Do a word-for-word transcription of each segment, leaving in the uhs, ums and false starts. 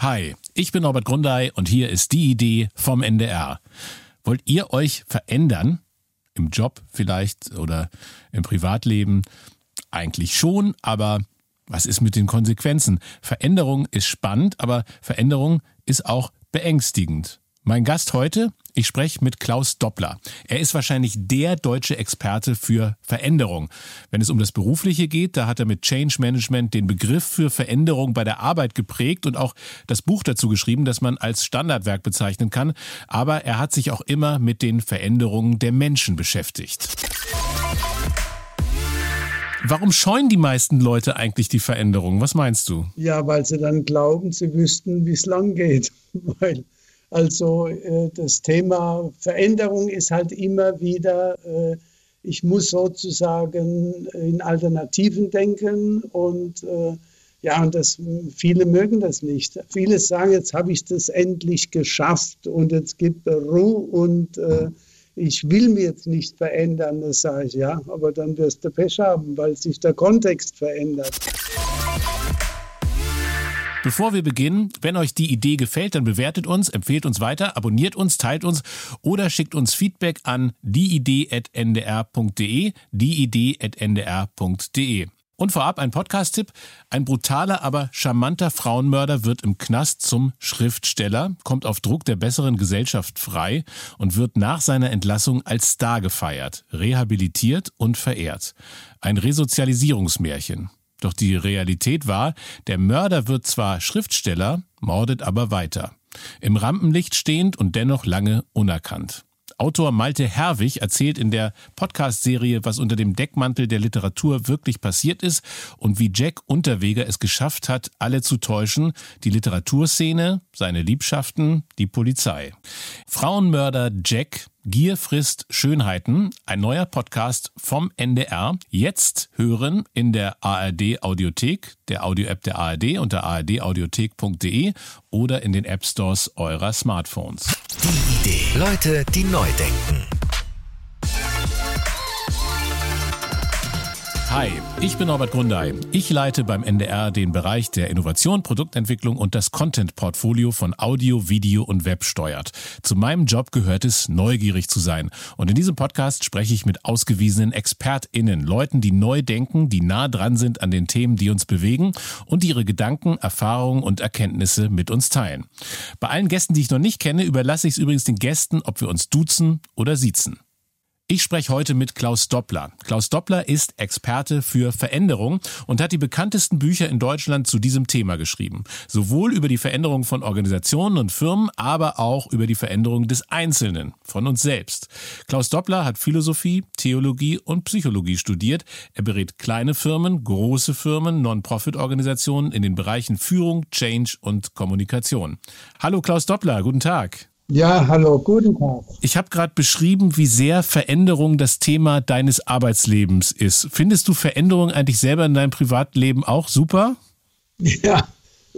Hi, ich bin Norbert Grundei und hier ist die Idee vom N D R. Wollt ihr euch verändern? Im Job vielleicht oder im Privatleben? Eigentlich schon, aber was ist mit den Konsequenzen? Veränderung ist spannend, aber Veränderung ist auch beängstigend. Mein Gast heute, ich spreche mit Klaus Doppler. Er ist wahrscheinlich der deutsche Experte für Veränderung. Wenn es um das Berufliche geht, da hat er mit Change Management den Begriff für Veränderung bei der Arbeit geprägt und auch das Buch dazu geschrieben, das man als Standardwerk bezeichnen kann. Aber er hat sich auch immer mit den Veränderungen der Menschen beschäftigt. Warum scheuen die meisten Leute eigentlich die Veränderung? Was meinst du? Ja, weil sie dann glauben, sie wüssten, wie es lang geht. Weil Also äh, das Thema Veränderung ist halt immer wieder, äh, ich muss sozusagen in Alternativen denken und äh, ja, und das, viele mögen das nicht. Viele sagen, jetzt habe ich das endlich geschafft und jetzt gibt es Ruhe und äh, ich will mich jetzt nicht verändern. Das sage ich, ja, aber dann wirst du Pech haben, weil sich der Kontext verändert. Bevor wir beginnen, wenn euch die Idee gefällt, dann bewertet uns, empfehlt uns weiter, abonniert uns, teilt uns oder schickt uns Feedback an die idee at n d r punkt d e, die idee at n d r punkt d e. Und vorab ein Podcast-Tipp. Ein brutaler, aber charmanter Frauenmörder wird im Knast zum Schriftsteller, kommt auf Druck der besseren Gesellschaft frei und wird nach seiner Entlassung als Star gefeiert, rehabilitiert und verehrt. Ein Resozialisierungsmärchen. Doch die Realität war, der Mörder wird zwar Schriftsteller, mordet aber weiter. Im Rampenlicht stehend und dennoch lange unerkannt. Autor Malte Herwig erzählt in der Podcast-Serie, was unter dem Deckmantel der Literatur wirklich passiert ist und wie Jack Unterweger es geschafft hat, alle zu täuschen, die Literaturszene, seine Liebschaften, die Polizei. Frauenmörder Jack, Gier frisst Schönheiten, ein neuer Podcast vom N D R. Jetzt hören in der A R D-Audiothek, der Audio-App der A R D unter a r d audiothek punkt d e oder in den App-Stores eurer Smartphones. Die Idee. Leute, die neu denken. Hi, ich bin Norbert Grundei. Ich leite beim N D R den Bereich der Innovation, Produktentwicklung und das Content-Portfolio von Audio, Video und Web steuert. Zu meinem Job gehört es, neugierig zu sein. Und in diesem Podcast spreche ich mit ausgewiesenen ExpertInnen, Leuten, die neu denken, die nah dran sind an den Themen, die uns bewegen und die ihre Gedanken, Erfahrungen und Erkenntnisse mit uns teilen. Bei allen Gästen, die ich noch nicht kenne, überlasse ich es übrigens den Gästen, ob wir uns duzen oder siezen. Ich spreche heute mit Klaus Doppler. Klaus Doppler ist Experte für Veränderung und hat die bekanntesten Bücher in Deutschland zu diesem Thema geschrieben. Sowohl über die Veränderung von Organisationen und Firmen, aber auch über die Veränderung des Einzelnen, von uns selbst. Klaus Doppler hat Philosophie, Theologie und Psychologie studiert. Er berät kleine Firmen, große Firmen, Non-Profit-Organisationen in den Bereichen Führung, Change und Kommunikation. Hallo Klaus Doppler, guten Tag. Ja, hallo, guten Tag. Ich habe gerade beschrieben, wie sehr Veränderung das Thema deines Arbeitslebens ist. Findest du Veränderung eigentlich selber in deinem Privatleben auch super? Ja,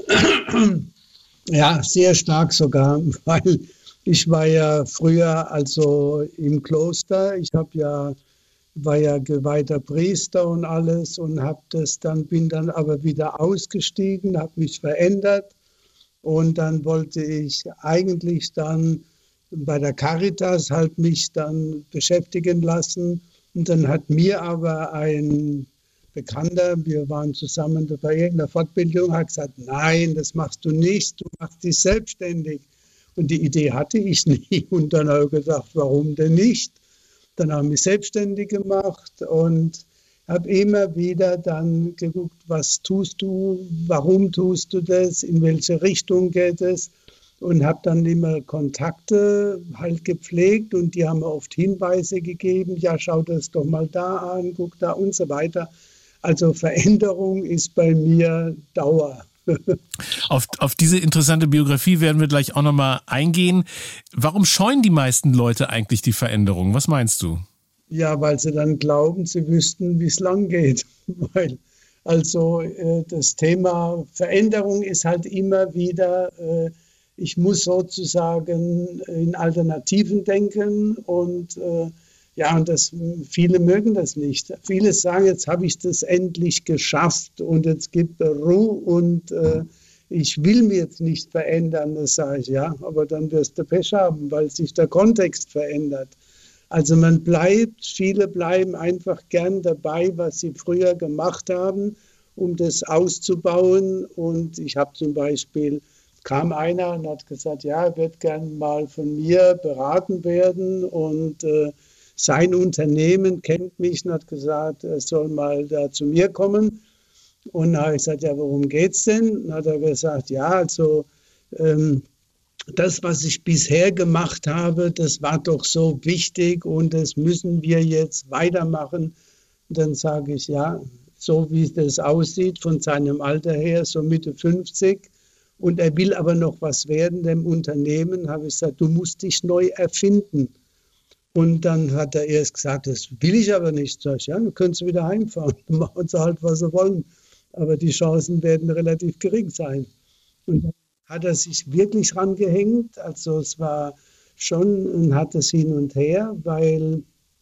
ja, sehr stark sogar, weil ich war ja früher also im Kloster. Ich habe ja war ja geweihter Priester und alles und habe das dann bin dann aber wieder ausgestiegen, habe mich verändert. Und dann wollte ich eigentlich dann bei der Caritas halt mich dann beschäftigen lassen. Und dann hat mir aber ein Bekannter, wir waren zusammen bei irgendeiner Fortbildung, hat gesagt, nein, das machst du nicht, du machst dich selbstständig. Und die Idee hatte ich nie. Und dann habe ich gesagt, warum denn nicht? Dann habe ich mich selbstständig gemacht und habe immer wieder dann geguckt, was tust du, warum tust du das, in welche Richtung geht es und habe dann immer Kontakte halt gepflegt und die haben mir oft Hinweise gegeben, ja schau das doch mal da an, guck da und so weiter. Also Veränderung ist bei mir Dauer. Auf, auf diese interessante Biografie werden wir gleich auch nochmal eingehen. Warum scheuen die meisten Leute eigentlich die Veränderung? Was meinst du? Ja, weil sie dann glauben, sie wüssten, wie es lang geht. Weil also äh, das Thema Veränderung ist halt immer wieder, äh, ich muss sozusagen in Alternativen denken und äh, ja, und das, viele mögen das nicht. Viele sagen, jetzt habe ich das endlich geschafft und jetzt gibt es Ruhe und äh, ich will mich jetzt nicht verändern, das sage ich, ja, aber dann wirst du Pech haben, weil sich der Kontext verändert. Also man bleibt, viele bleiben einfach gern dabei, was sie früher gemacht haben, um das auszubauen. Und ich habe zum Beispiel, kam einer und hat gesagt, ja, er wird gern mal von mir beraten werden und äh, sein Unternehmen kennt mich und hat gesagt, er soll mal da zu mir kommen. Und dann habe ich gesagt, ja, worum geht's denn? Dann hat er gesagt, ja, also ähm, das, was ich bisher gemacht habe, das war doch so wichtig und das müssen wir jetzt weitermachen. Und dann sage ich, ja, so wie das aussieht von seinem Alter her, so Mitte fünfzig, und er will aber noch was werden dem Unternehmen, habe ich gesagt, du musst dich neu erfinden. Und dann hat er erst gesagt, das will ich aber nicht. Sag ich, ja, dann können Sie wieder heimfahren, dann machen Sie halt, was Sie wollen. Aber die Chancen werden relativ gering sein. Und dann hat er sich wirklich rangehängt. Also es war schon ein hartes Hin und Her, weil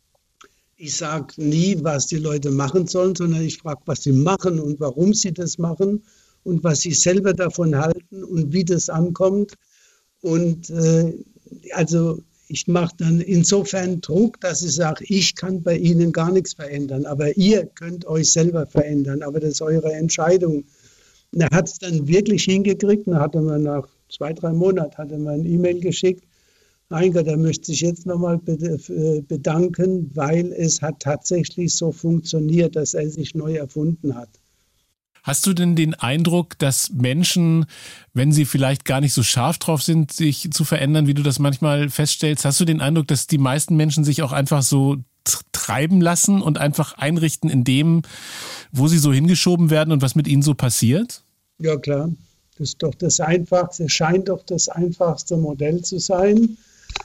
ich sage nie, was die Leute machen sollen, sondern ich frage, was sie machen und warum sie das machen und was sie selber davon halten und wie das ankommt. Und äh, also ich mache dann insofern Druck, dass ich sage, ich kann bei Ihnen gar nichts verändern, aber ihr könnt euch selber verändern, aber das ist eure Entscheidung. Und er hat es dann wirklich hingekriegt, und hatte man nach zwei, drei Monaten hatte man eine E-Mail geschickt, Reinker, da möchte ich jetzt nochmal bedanken, weil es hat tatsächlich so funktioniert, dass er sich neu erfunden hat. Hast du denn den Eindruck, dass Menschen, wenn sie vielleicht gar nicht so scharf drauf sind, sich zu verändern, wie du das manchmal feststellst, hast du den Eindruck, dass die meisten Menschen sich auch einfach so treiben lassen und einfach einrichten in dem, wo sie so hingeschoben werden und was mit ihnen so passiert? Ja, klar. Das ist doch das Einfachste, scheint doch das einfachste Modell zu sein.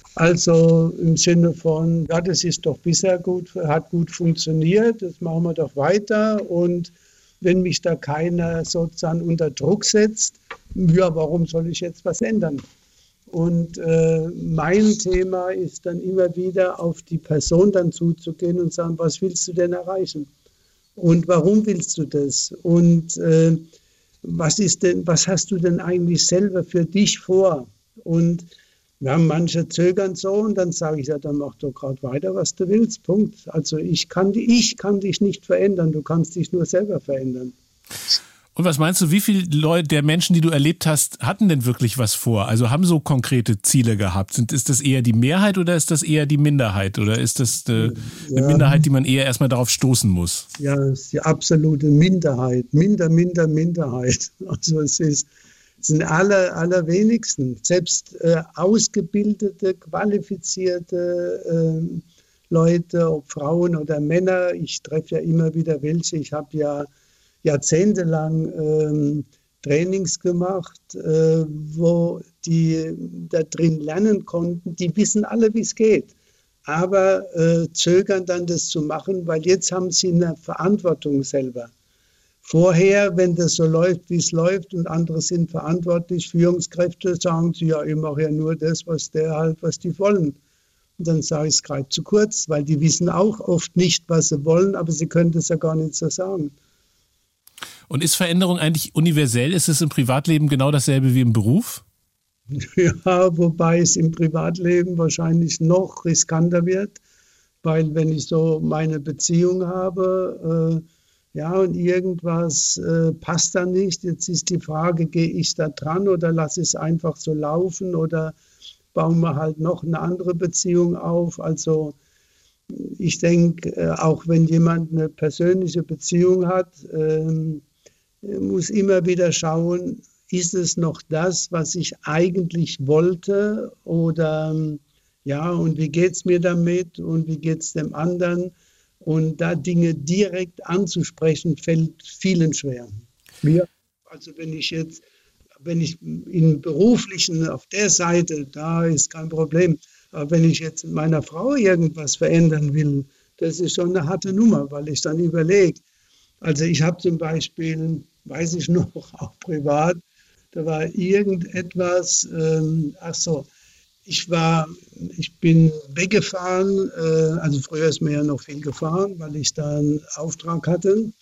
Also im Sinne von, ja, das ist doch bisher gut, hat gut funktioniert, das machen wir doch weiter. Und wenn mich da keiner sozusagen unter Druck setzt, ja, warum soll ich jetzt was ändern? Und äh, mein Thema ist dann immer wieder auf die Person dann zuzugehen und sagen, was willst du denn erreichen? Und warum willst du das? Und äh, was ist denn, was hast du denn eigentlich selber für dich vor? Und ja, manche zögern so und dann sage ich, ja, dann mach doch gerade weiter, was du willst, Punkt. Also ich kann, ich kann dich nicht verändern, du kannst dich nur selber verändern. Und was meinst du, wie viele Leute der Menschen, die du erlebt hast, hatten denn wirklich was vor? Also haben so konkrete Ziele gehabt? Sind, ist das eher die Mehrheit oder ist das eher die Minderheit? Oder ist das eine, eine ja. Minderheit, die man eher erstmal darauf stoßen muss? Ja, es ist die absolute Minderheit. Minder, minder, Minderheit. Also es ist Es sind aller, allerwenigsten, selbst äh, ausgebildete, qualifizierte äh, Leute, ob Frauen oder Männer. Ich treffe ja immer wieder welche. Ich habe ja jahrzehntelang ähm, Trainings gemacht, äh, wo die da drin lernen konnten. Die wissen alle, wie es geht, aber äh, zögern dann das zu machen, weil jetzt haben sie eine Verantwortung selber. Vorher, wenn das so läuft, wie es läuft und andere sind verantwortlich, Führungskräfte, sagen sie, ja, ich mache ja nur das, was der halt, was die wollen. Und dann sage ich, es greift zu kurz, weil die wissen auch oft nicht, was sie wollen, aber sie können das ja gar nicht so sagen. Und ist Veränderung eigentlich universell? Ist es im Privatleben genau dasselbe wie im Beruf? Ja, wobei es im Privatleben wahrscheinlich noch riskanter wird, weil wenn ich so meine Beziehung habe, äh, ja, und irgendwas äh, passt da nicht. Jetzt ist die Frage, gehe ich da dran oder lasse es einfach so laufen oder bauen wir halt noch eine andere Beziehung auf. Also ich denke, äh, auch wenn jemand eine persönliche Beziehung hat, äh, muss immer wieder schauen, ist es noch das, was ich eigentlich wollte oder ja, und wie geht es mir damit und wie geht es dem anderen? Und da Dinge direkt anzusprechen, fällt vielen schwer. Mir, also wenn ich jetzt, wenn ich im Beruflichen auf der Seite, da ist kein Problem. Aber wenn ich jetzt mit meiner Frau irgendwas verändern will, das ist schon eine harte Nummer, weil ich dann überlege. Also ich habe zum Beispiel, weiß ich noch, auch privat, da war irgendetwas, ähm, ach so, Ich war, ich bin weggefahren, äh, also früher ist mir ja noch viel gefahren, weil ich da einen Auftrag hatte.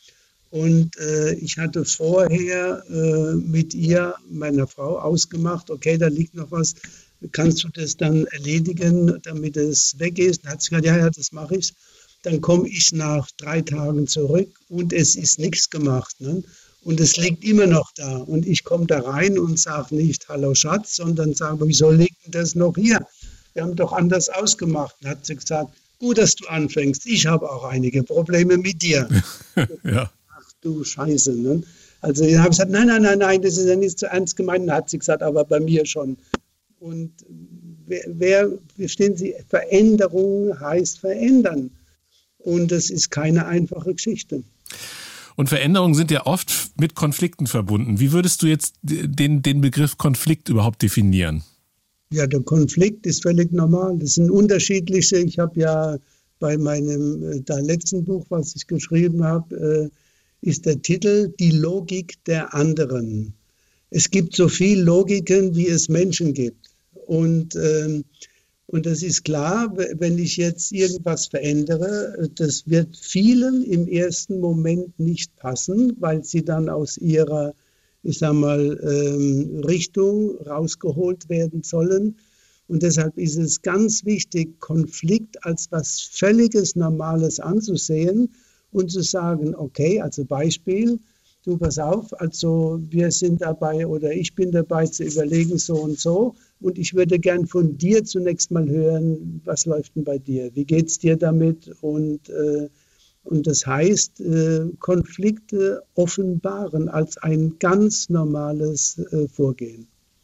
Und äh, ich hatte vorher äh, mit ihr, meiner Frau, ausgemacht, okay, da liegt noch was, kannst du das dann erledigen, damit es weg ist? Dann hat sie gesagt, ja, ja, das mache ich. Dann komme ich nach drei Tagen zurück und es ist nichts gemacht. Ne? Und es liegt immer noch da. Und ich komme da rein und sage nicht, hallo Schatz, sondern sage, wieso liegt denn das noch hier? Wir haben doch anders ausgemacht. Dann hat sie gesagt, gut, dass du anfängst. Ich habe auch einige Probleme mit dir. Ja. Ach du Scheiße. Ne? Also ich habe gesagt, nein, nein, nein, nein, das ist ja nicht so ernst gemeint. Dann hat sie gesagt, aber bei mir schon. Und wer, wer, verstehen Sie, Veränderung heißt verändern. Und das ist keine einfache Geschichte. Und Veränderungen sind ja oft mit Konflikten verbunden. Wie würdest du jetzt den, den Begriff Konflikt überhaupt definieren? Ja, der Konflikt ist völlig normal. Das sind unterschiedliche. Ich habe ja bei meinem äh, da letzten Buch, was ich geschrieben habe, äh, ist der Titel Die Logik der anderen. Es gibt so viel Logiken, wie es Menschen gibt. Und, ähm, und das ist klar, wenn ich jetzt irgendwas verändere, das wird vielen im ersten Moment nicht passen, weil sie dann aus ihrer ich sage mal, ähm, Richtung rausgeholt werden sollen. Und deshalb ist es ganz wichtig, Konflikt als was völliges Normales anzusehen und zu sagen, okay, also Beispiel, du pass auf, also wir sind dabei oder ich bin dabei zu überlegen so und so und ich würde gern von dir zunächst mal hören, was läuft denn bei dir, wie geht es dir damit und äh, Und das heißt, Konflikte offenbaren als ein ganz normales Vorgehen.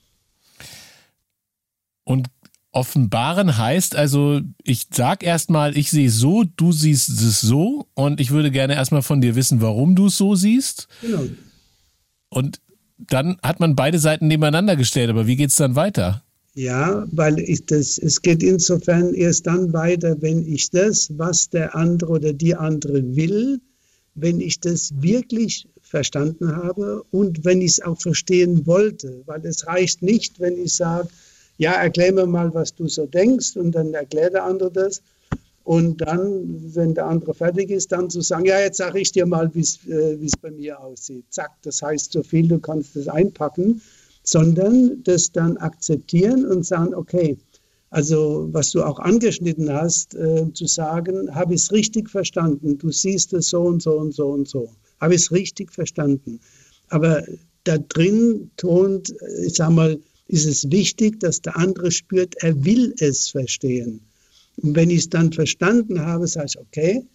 Und offenbaren heißt also, ich sag erstmal, ich sehe es so, du siehst es so und ich würde gerne erstmal von dir wissen, warum du es so siehst. Genau. Und dann hat man beide Seiten nebeneinander gestellt, aber wie geht es dann weiter? Ja, weil ich das, es geht insofern erst dann weiter, wenn ich das, was der andere oder die andere will, wenn ich das wirklich verstanden habe und wenn ich es auch verstehen wollte. Weil es reicht nicht, wenn ich sage, ja, erklär mir mal, was du so denkst und dann erklärt der andere das. Und dann, wenn der andere fertig ist, dann zu sagen, ja, jetzt sage ich dir mal, wie es äh, wie es bei mir aussieht. Zack, das heißt so viel, du kannst das einpacken. Sondern das dann akzeptieren und sagen, okay, also was du auch angeschnitten hast, äh, zu sagen, habe ich es richtig verstanden, du siehst es so und so und so und so, habe ich es richtig verstanden. Aber da drin tont, ich sag mal, ist es wichtig, dass der andere spürt, er will es verstehen. Und wenn ich es dann verstanden habe, sage ich, okay,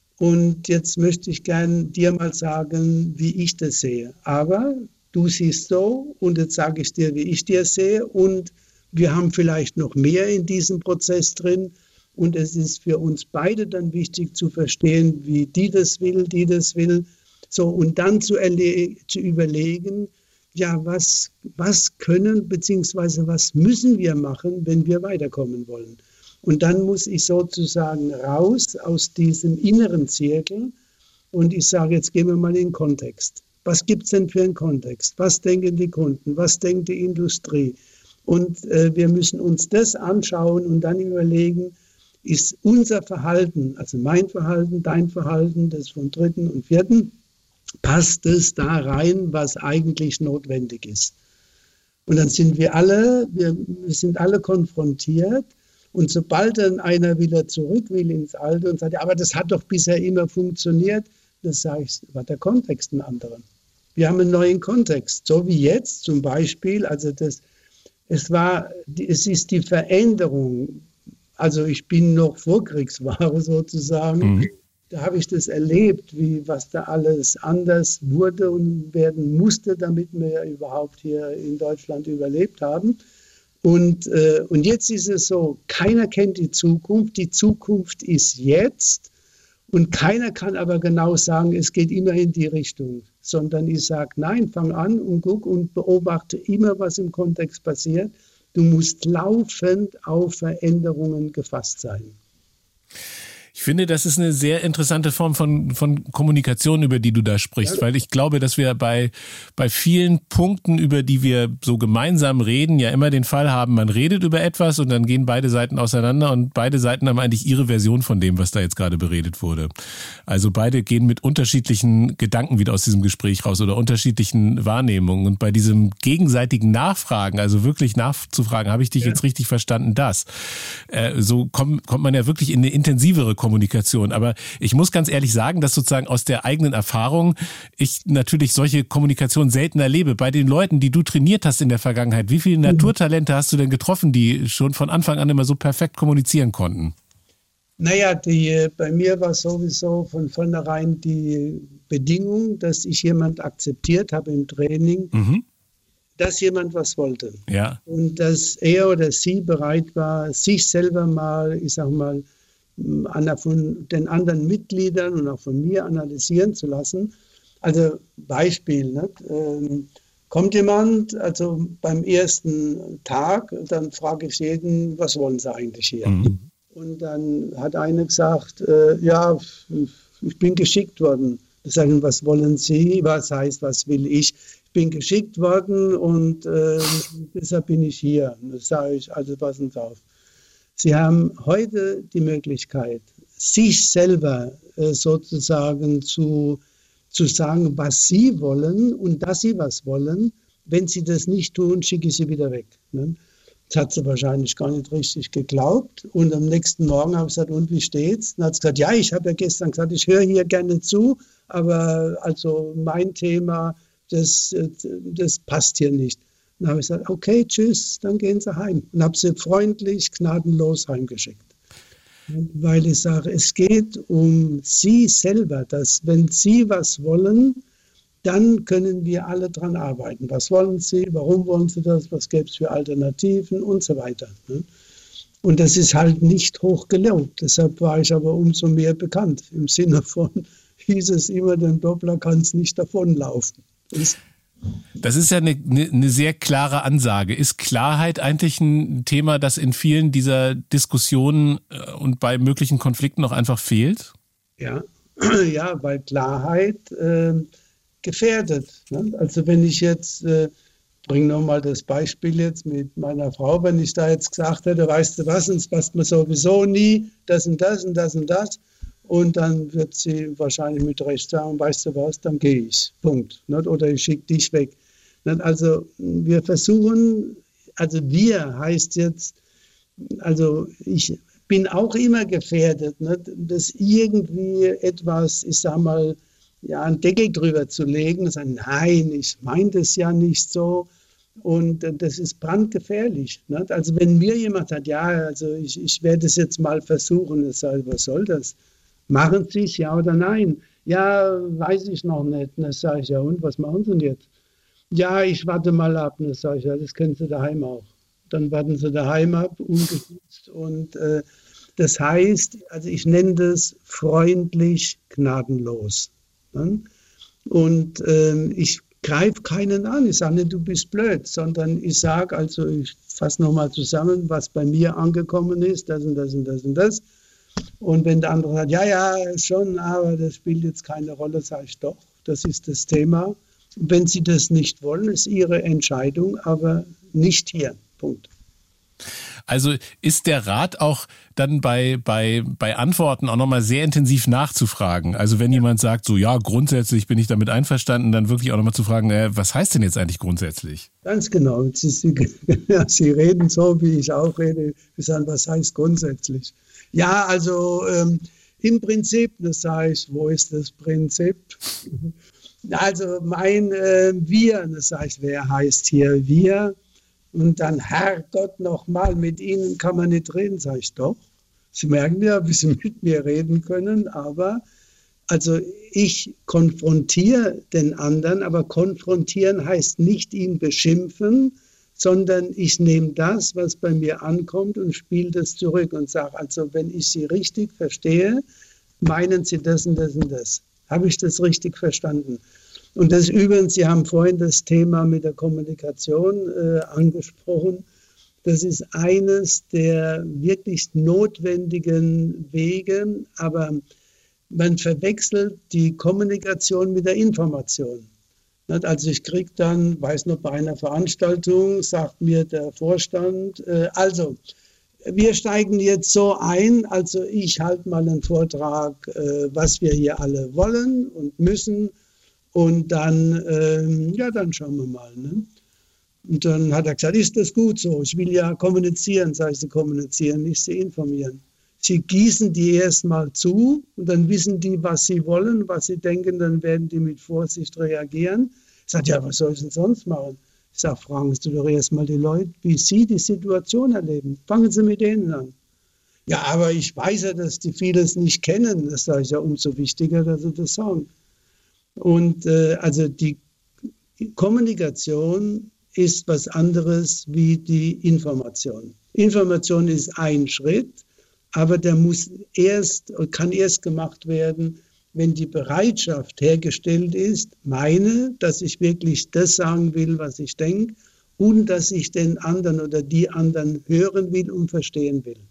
und jetzt möchte ich gerne dir mal sagen, wie ich das sehe. Aber du siehst so und jetzt sage ich dir, wie ich dir sehe und wir haben vielleicht noch mehr in diesem Prozess drin und es ist für uns beide dann wichtig zu verstehen, wie die das will, die das will, so und dann zu, erle- zu überlegen, ja, was, was können bzw. was müssen wir machen, wenn wir weiterkommen wollen. Und dann muss ich sozusagen raus aus diesem inneren Zirkel und ich sage, jetzt gehen wir mal in den Kontext. Was gibt es denn für einen Kontext? Was denken die Kunden? Was denkt die Industrie? Und äh, wir müssen uns das anschauen und dann überlegen, ist unser Verhalten, also mein Verhalten, dein Verhalten, das vom Dritten und Vierten, passt es da rein, was eigentlich notwendig ist? Und dann sind wir alle, wir, wir sind alle konfrontiert. Und sobald dann einer wieder zurück will ins Alte und sagt, ja, aber das hat doch bisher immer funktioniert, das sage ich, war der Kontext ein anderer. Wir haben einen neuen Kontext, so wie jetzt zum Beispiel, also das, es war, es ist die Veränderung, also ich bin noch Vorkriegsware sozusagen, mhm. Da habe ich das erlebt, wie was da alles anders wurde und werden musste, damit wir überhaupt hier in Deutschland überlebt haben. Und, äh, und jetzt ist es so, keiner kennt die Zukunft, die Zukunft ist jetzt. Und keiner kann aber genau sagen, es geht immer in die Richtung, sondern ich sage, nein, fang an und guck und beobachte immer, was im Kontext passiert. Du musst laufend auf Veränderungen gefasst sein. Ich finde, das ist eine sehr interessante Form von, von Kommunikation, über die du da sprichst, ja. Weil ich glaube, dass wir bei, bei vielen Punkten, über die wir so gemeinsam reden, ja immer den Fall haben, man redet über etwas und dann gehen beide Seiten auseinander und beide Seiten haben eigentlich ihre Version von dem, was da jetzt gerade beredet wurde. Also beide gehen mit unterschiedlichen Gedanken wieder aus diesem Gespräch raus oder unterschiedlichen Wahrnehmungen. Und bei diesem gegenseitigen Nachfragen, also wirklich nachzufragen, habe ich dich ja. jetzt richtig verstanden, das, äh, so kommt, kommt man ja wirklich in eine intensivere Kommunikation. Aber ich muss ganz ehrlich sagen, dass sozusagen aus der eigenen Erfahrung ich natürlich solche Kommunikation selten erlebe. Bei den Leuten, die du trainiert hast in der Vergangenheit, wie viele Naturtalente hast du denn getroffen, die schon von Anfang an immer so perfekt kommunizieren konnten? Naja, die, bei mir war sowieso von vornherein die Bedingung, dass ich jemand akzeptiert habe im Training, mhm. dass jemand was wollte. Ja. Und dass er oder sie bereit war, sich selber mal, ich sag mal, von den anderen Mitgliedern und auch von mir analysieren zu lassen. Also Beispiel, ne? ähm, kommt jemand, also beim ersten Tag, dann frage ich jeden, was wollen Sie eigentlich hier? Mhm. Und dann hat einer gesagt, äh, ja, ich bin geschickt worden. Ich sage, was wollen Sie? Was heißt, was will ich? Ich bin geschickt worden und äh, deshalb bin ich hier. Und das sage ich, also passen Sie auf. Sie haben heute die Möglichkeit, sich selber äh, sozusagen zu, zu sagen, was Sie wollen und dass Sie was wollen. Wenn Sie das nicht tun, schicke ich Sie wieder weg. Ne? Das hat sie wahrscheinlich gar nicht richtig geglaubt. Und am nächsten Morgen habe ich gesagt, und wie steht's? Dann hat sie gesagt, ja, ich habe ja gestern gesagt, ich höre hier gerne zu, aber also mein Thema, das, das passt hier nicht. Dann habe ich gesagt, okay, tschüss, dann gehen Sie heim. Und habe sie freundlich, gnadenlos heimgeschickt. Weil ich sage, es geht um Sie selber, dass wenn Sie was wollen, dann können wir alle dran arbeiten. Was wollen Sie, warum wollen Sie das, was gäbe es für Alternativen und so weiter. Und das ist halt nicht hoch gelobt. Deshalb war ich aber umso mehr bekannt. Im Sinne von, hieß es immer, den Doppler kann es nicht davonlaufen. Das Das ist ja eine, eine, eine sehr klare Ansage. Ist Klarheit eigentlich ein Thema, das in vielen dieser Diskussionen und bei möglichen Konflikten noch einfach fehlt? Ja, ja, weil Klarheit äh, gefährdet. Ne? Also wenn ich jetzt, äh, bringe nochmal das Beispiel jetzt mit meiner Frau, wenn ich da jetzt gesagt hätte, weißt du was, uns passt mir sowieso nie, das und das und das und das. Und dann wird sie wahrscheinlich mit Recht sagen, weißt du was, dann gehe ich. Punkt. Nicht? Oder ich schicke dich weg. Nicht? Also wir versuchen, also wir heißt jetzt, also ich bin auch immer gefährdet, nicht? Dass irgendwie etwas, ich sag mal, ja, einen Deckel drüber zu legen und sagen, nein, ich meine das ja nicht so. Und das ist brandgefährlich. Nicht? Also wenn mir jemand sagt, ja, also ich, ich werde es jetzt mal versuchen, ich sage, was soll das? Machen Sie es, ja oder nein? Ja, weiß ich noch nicht. Und dann sage ich, ja und, was machen Sie denn jetzt? Ja, ich warte mal ab. Und dann sage ich, ja, das können Sie daheim auch. Dann warten Sie daheim ab, ungeschützt. Und äh, das heißt, also ich nenne das freundlich gnadenlos. Ne? Und äh, ich greife keinen an. Ich sage nicht, du bist blöd, sondern ich sage, also ich fasse nochmal zusammen, was bei mir angekommen ist, das und das und das und das. Und wenn der andere sagt, ja, ja, schon, aber das spielt jetzt keine Rolle, sage ich doch, das ist das Thema. Und wenn Sie das nicht wollen, ist Ihre Entscheidung, aber nicht hier. Punkt. Also ist der Rat auch dann bei, bei, bei Antworten auch nochmal sehr intensiv nachzufragen? Also wenn jemand sagt, so ja, grundsätzlich bin ich damit einverstanden, dann wirklich auch nochmal zu fragen, äh, was heißt denn jetzt eigentlich grundsätzlich? Ganz genau. Sie, Sie, ja, Sie reden so, wie ich auch rede. Sie sagen, was heißt grundsätzlich? Ja, also ähm, im Prinzip, das sage ich, wo ist das Prinzip? Also mein äh, Wir, das sage ich, wer heißt hier wir? Und dann, Herrgott, nochmal, mit Ihnen kann man nicht reden, sage ich doch. Sie merken ja, wie Sie mit mir reden können, aber also ich konfrontiere den anderen, aber konfrontieren heißt nicht ihn beschimpfen, sondern ich nehme das, was bei mir ankommt und spiele das zurück und sage, also wenn ich Sie richtig verstehe, meinen Sie das und das und das. Habe ich das richtig verstanden? Und das übrigens, Sie haben vorhin das Thema mit der Kommunikation äh, angesprochen. Das ist eines der wirklich notwendigen Wege, aber man verwechselt die Kommunikation mit der Information. Also ich kriege dann, weiß noch, bei einer Veranstaltung sagt mir der Vorstand, äh, also wir steigen jetzt so ein, also ich halte mal einen Vortrag, äh, was wir hier alle wollen und müssen und dann, äh, ja, dann schauen wir mal. Ne? Und dann hat er gesagt, ist das gut so? Ich will ja kommunizieren, sage ich, Sie kommunizieren, nicht Sie informieren. Sie gießen die erstmal zu und dann wissen die, was sie wollen, was sie denken, dann werden die mit Vorsicht reagieren. Ich sage, ja, was soll ich denn sonst machen? Ich sage, fragen Sie doch erstmal die Leute, wie sie die Situation erleben. Fangen Sie mit denen an. Ja, aber ich weiß ja, dass die vieles nicht kennen. Das sage ich ja umso wichtiger, dass sie das sagen. Und äh, also die Kommunikation ist was anderes wie die Information. Information ist ein Schritt, aber der muss erst, kann erst gemacht werden, wenn die Bereitschaft hergestellt ist, meine, dass ich wirklich das sagen will, was ich denke, und dass ich den anderen oder die anderen hören will und verstehen will.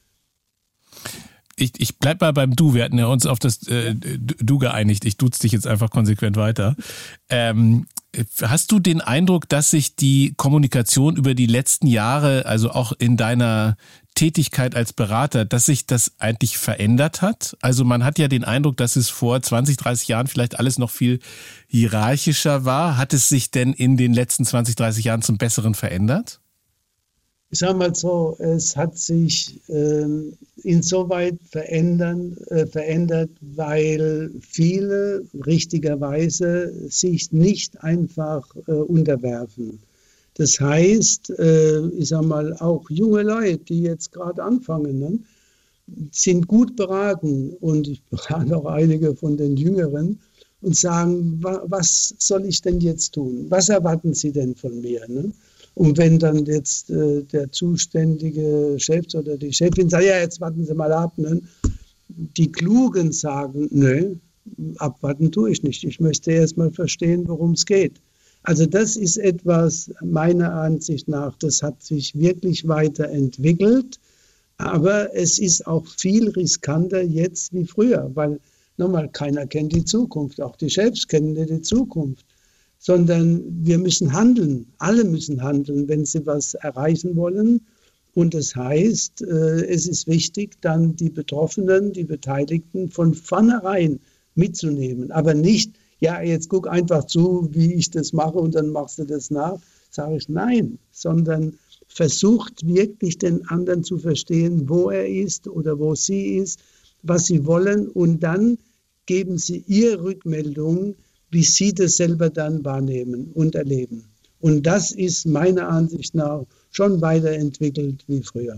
Ich, ich bleib mal beim Du. Wir hatten ja uns auf das äh, Du geeinigt. Ich duze dich jetzt einfach konsequent weiter. Ähm, hast du den Eindruck, dass sich die Kommunikation über die letzten Jahre, also auch in deiner Tätigkeit als Berater, dass sich das eigentlich verändert hat? Also man hat ja den Eindruck, dass es vor zwanzig, dreißig Jahren vielleicht alles noch viel hierarchischer war. Hat es sich denn in den letzten zwanzig, dreißig Jahren zum Besseren verändert? Ich sage mal so, es hat sich äh, insoweit verändern, äh, verändert, weil viele richtigerweise sich nicht einfach äh, unterwerfen. Das heißt, äh, ich sage mal, auch junge Leute, die jetzt gerade anfangen, ne, sind gut beraten, und ich berate auch einige von den Jüngeren, und sagen, wa- was soll ich denn jetzt tun? Was erwarten Sie denn von mir? Ne? Und wenn dann jetzt äh, der zuständige Chef oder die Chefin sagt, ja, jetzt warten Sie mal ab, ne? Die Klugen sagen, nö, abwarten tue ich nicht. Ich möchte erst mal verstehen, worum es geht. Also das ist etwas, meiner Ansicht nach, das hat sich wirklich weiterentwickelt, aber es ist auch viel riskanter jetzt wie früher, weil nochmal, keiner kennt die Zukunft, auch die Chefs kennen nicht die Zukunft, sondern wir müssen handeln, alle müssen handeln, wenn sie was erreichen wollen. Und das heißt, es ist wichtig, dann die Betroffenen, die Beteiligten von vornherein mitzunehmen, aber nicht, ja, jetzt guck einfach zu, wie ich das mache und dann machst du das nach, sage ich nein, sondern versucht wirklich den anderen zu verstehen, wo er ist oder wo sie ist, was sie wollen, und dann geben sie ihre Rückmeldung, wie sie das selber dann wahrnehmen und erleben. Und das ist meiner Ansicht nach schon weiterentwickelt wie früher.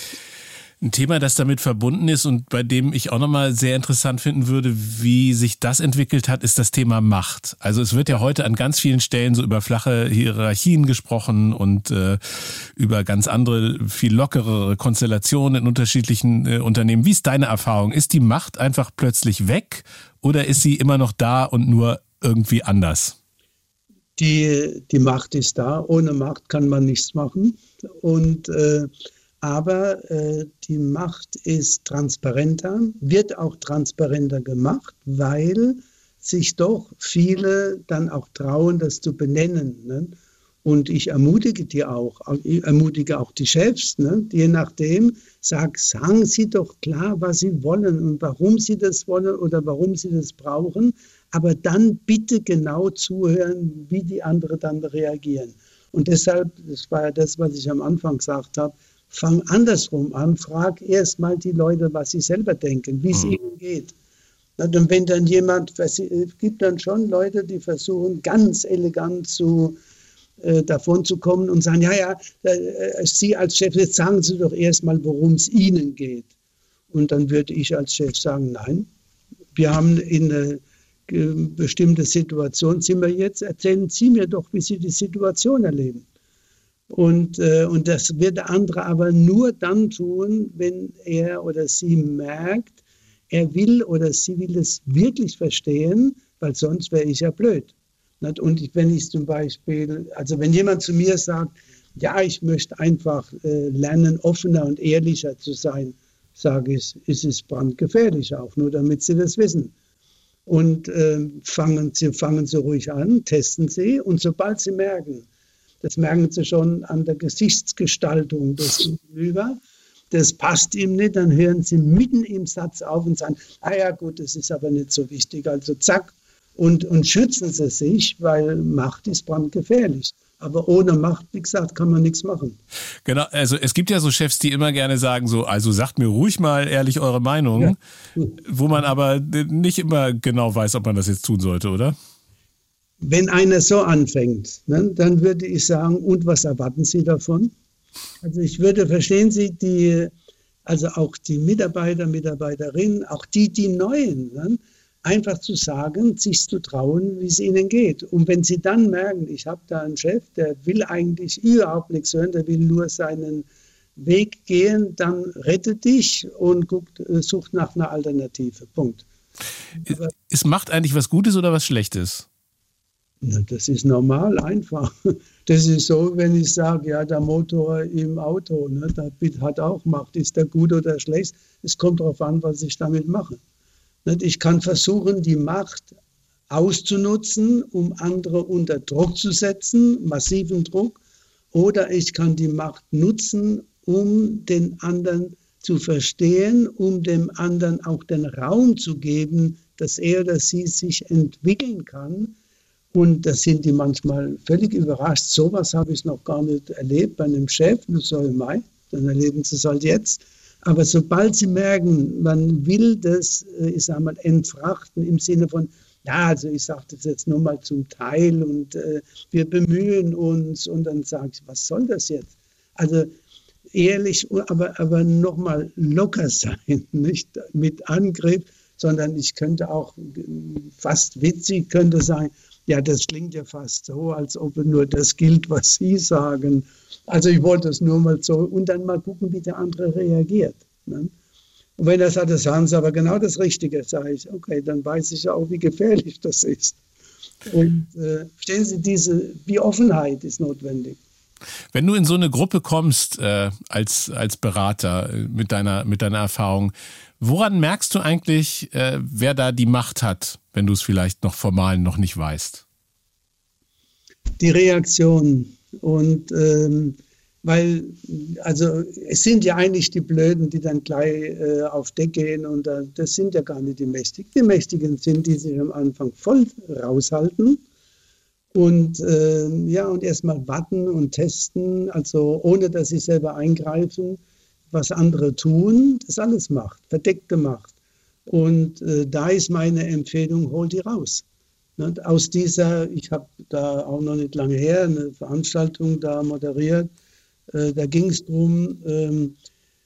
Ein Thema, das damit verbunden ist und bei dem ich auch nochmal sehr interessant finden würde, wie sich das entwickelt hat, ist das Thema Macht. Also es wird ja heute an ganz vielen Stellen so über flache Hierarchien gesprochen und äh, über ganz andere, viel lockerere Konstellationen in unterschiedlichen äh, Unternehmen. Wie ist deine Erfahrung? Ist die Macht einfach plötzlich weg oder ist sie immer noch da und nur irgendwie anders? Die, die Macht ist da. Ohne Macht kann man nichts machen. Und äh, Aber äh, die Macht ist transparenter, wird auch transparenter gemacht, weil sich doch viele dann auch trauen, das zu benennen. Ne? Und ich ermutige die auch, ich ermutige auch die Chefs, ne? Je nachdem, sag, sagen Sie doch klar, was Sie wollen und warum Sie das wollen oder warum Sie das brauchen, aber dann bitte genau zuhören, wie die anderen dann reagieren. Und deshalb, das war ja das, was ich am Anfang gesagt habe, fang andersrum an, frag erst mal die Leute, was sie selber denken, wie es mhm. ihnen geht. Und wenn dann jemand, es gibt dann schon Leute, die versuchen, ganz elegant zu, äh, davon zu kommen und sagen, ja, ja, äh, Sie als Chef, jetzt sagen Sie doch erst mal, worum es Ihnen geht. Und dann würde ich als Chef sagen, nein, wir haben in eine bestimmte Situation, sind wir jetzt, erzählen Sie mir doch, wie Sie die Situation erleben. Und, äh, und das wird der andere aber nur dann tun, wenn er oder sie merkt, er will oder sie will es wirklich verstehen, weil sonst wäre ich ja blöd. Und wenn ich zum Beispiel, also wenn jemand zu mir sagt, ja, ich möchte einfach äh, lernen, offener und ehrlicher zu sein, sage ich, es ist brandgefährlich auch, nur damit Sie das wissen. Und äh, fangen, Sie, fangen Sie ruhig an, testen Sie und sobald Sie merken, das merken Sie schon an der Gesichtsgestaltung des Gegenüber, das passt ihm nicht, dann hören Sie mitten im Satz auf und sagen, ah ja gut, das ist aber nicht so wichtig, also zack, und, und schützen Sie sich, weil Macht ist brandgefährlich. Aber ohne Macht, wie gesagt, kann man nichts machen. Genau, also es gibt ja so Chefs, die immer gerne sagen so, also sagt mir ruhig mal ehrlich eure Meinung, ja. Wo man aber nicht immer genau weiß, ob man das jetzt tun sollte, oder? Wenn einer so anfängt, ne, dann würde ich sagen, und was erwarten Sie davon? Also ich würde, verstehen Sie, die, also auch die Mitarbeiter, Mitarbeiterinnen, auch die, die Neuen, ne, einfach zu sagen, sich zu trauen, wie es ihnen geht. Und wenn sie dann merken, ich habe da einen Chef, der will eigentlich überhaupt nichts hören, der will nur seinen Weg gehen, dann rette dich und guckt, sucht nach einer Alternative. Punkt. Aber, ist Macht eigentlich was Gutes oder was Schlechtes? Na, das ist normal, einfach. Das ist so, wenn ich sage, ja, der Motor im Auto, ne, der hat auch Macht. Ist der gut oder schlecht? Es kommt darauf an, was ich damit mache. Ich kann versuchen, die Macht auszunutzen, um andere unter Druck zu setzen, massiven Druck. Oder ich kann die Macht nutzen, um den anderen zu verstehen, um dem anderen auch den Raum zu geben, dass er oder sie sich entwickeln kann. Und da sind die manchmal völlig überrascht. Sowas habe ich noch gar nicht erlebt bei einem Chef. Das soll Mai, dann erleben sie es halt jetzt. Aber sobald sie merken, man will das, ich sage mal, entfrachten im Sinne von, ja, also ich sage das jetzt nur mal zum Teil und äh, wir bemühen uns und dann sage ich, was soll das jetzt? Also ehrlich, aber, aber nochmal locker sein, nicht mit Angriff, sondern ich könnte auch fast witzig, könnte sagen, ja, das klingt ja fast so, als ob nur das gilt, was Sie sagen. Also ich wollte es nur mal so und dann mal gucken, wie der andere reagiert. Ne? Und wenn er sagt, das haben Sie aber genau das Richtige, sage ich, okay, dann weiß ich auch, wie gefährlich das ist. Und äh, verstehen Sie, diese, wie Offenheit ist notwendig. Wenn du in so eine Gruppe kommst äh, als, als Berater äh, mit deiner, mit deiner Erfahrung, woran merkst du eigentlich, äh, wer da die Macht hat, wenn du es vielleicht noch formal noch nicht weißt? Die Reaktion. Und ähm, weil, also es sind ja eigentlich die Blöden, die dann gleich äh, auf Deck gehen und äh, das sind ja gar nicht die Mächtigen. Die Mächtigen sind, die sich am Anfang voll raushalten und äh, ja und erstmal warten und testen, also ohne dass sie selber eingreifen, was andere tun, das alles Macht, verdeckte Macht. Und äh, da ist meine Empfehlung, hol die raus. Und aus dieser, ich habe da auch noch nicht lange her eine Veranstaltung da moderiert, äh, da ging es darum, ähm,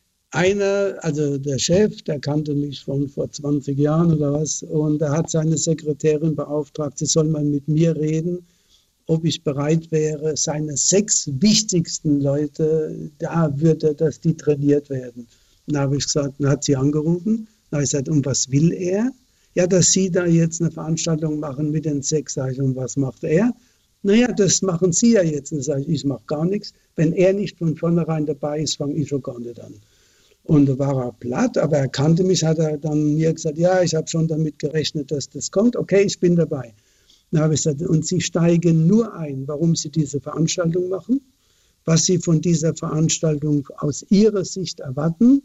einer, also der Chef, der kannte mich von vor zwanzig Jahren oder was, und er hat seine Sekretärin beauftragt, sie soll mal mit mir reden, ob ich bereit wäre, seine sechs wichtigsten Leute, da würde, dass die trainiert werden. Und da habe ich gesagt, dann hat sie angerufen, da habe ich gesagt, und was will er? Ja, dass Sie da jetzt eine Veranstaltung machen mit den sechs, sage ich, und was macht er? Naja, das machen Sie ja jetzt. Und dann sage ich, ich mache gar nichts. Wenn er nicht von vornherein dabei ist, fange ich schon gar nicht an. Und da war er platt, aber er kannte mich, hat er dann mir gesagt, ja, ich habe schon damit gerechnet, dass das kommt. Okay, ich bin dabei. Dann habe ich gesagt, und Sie steigen nur ein, warum Sie diese Veranstaltung machen, was Sie von dieser Veranstaltung aus Ihrer Sicht erwarten.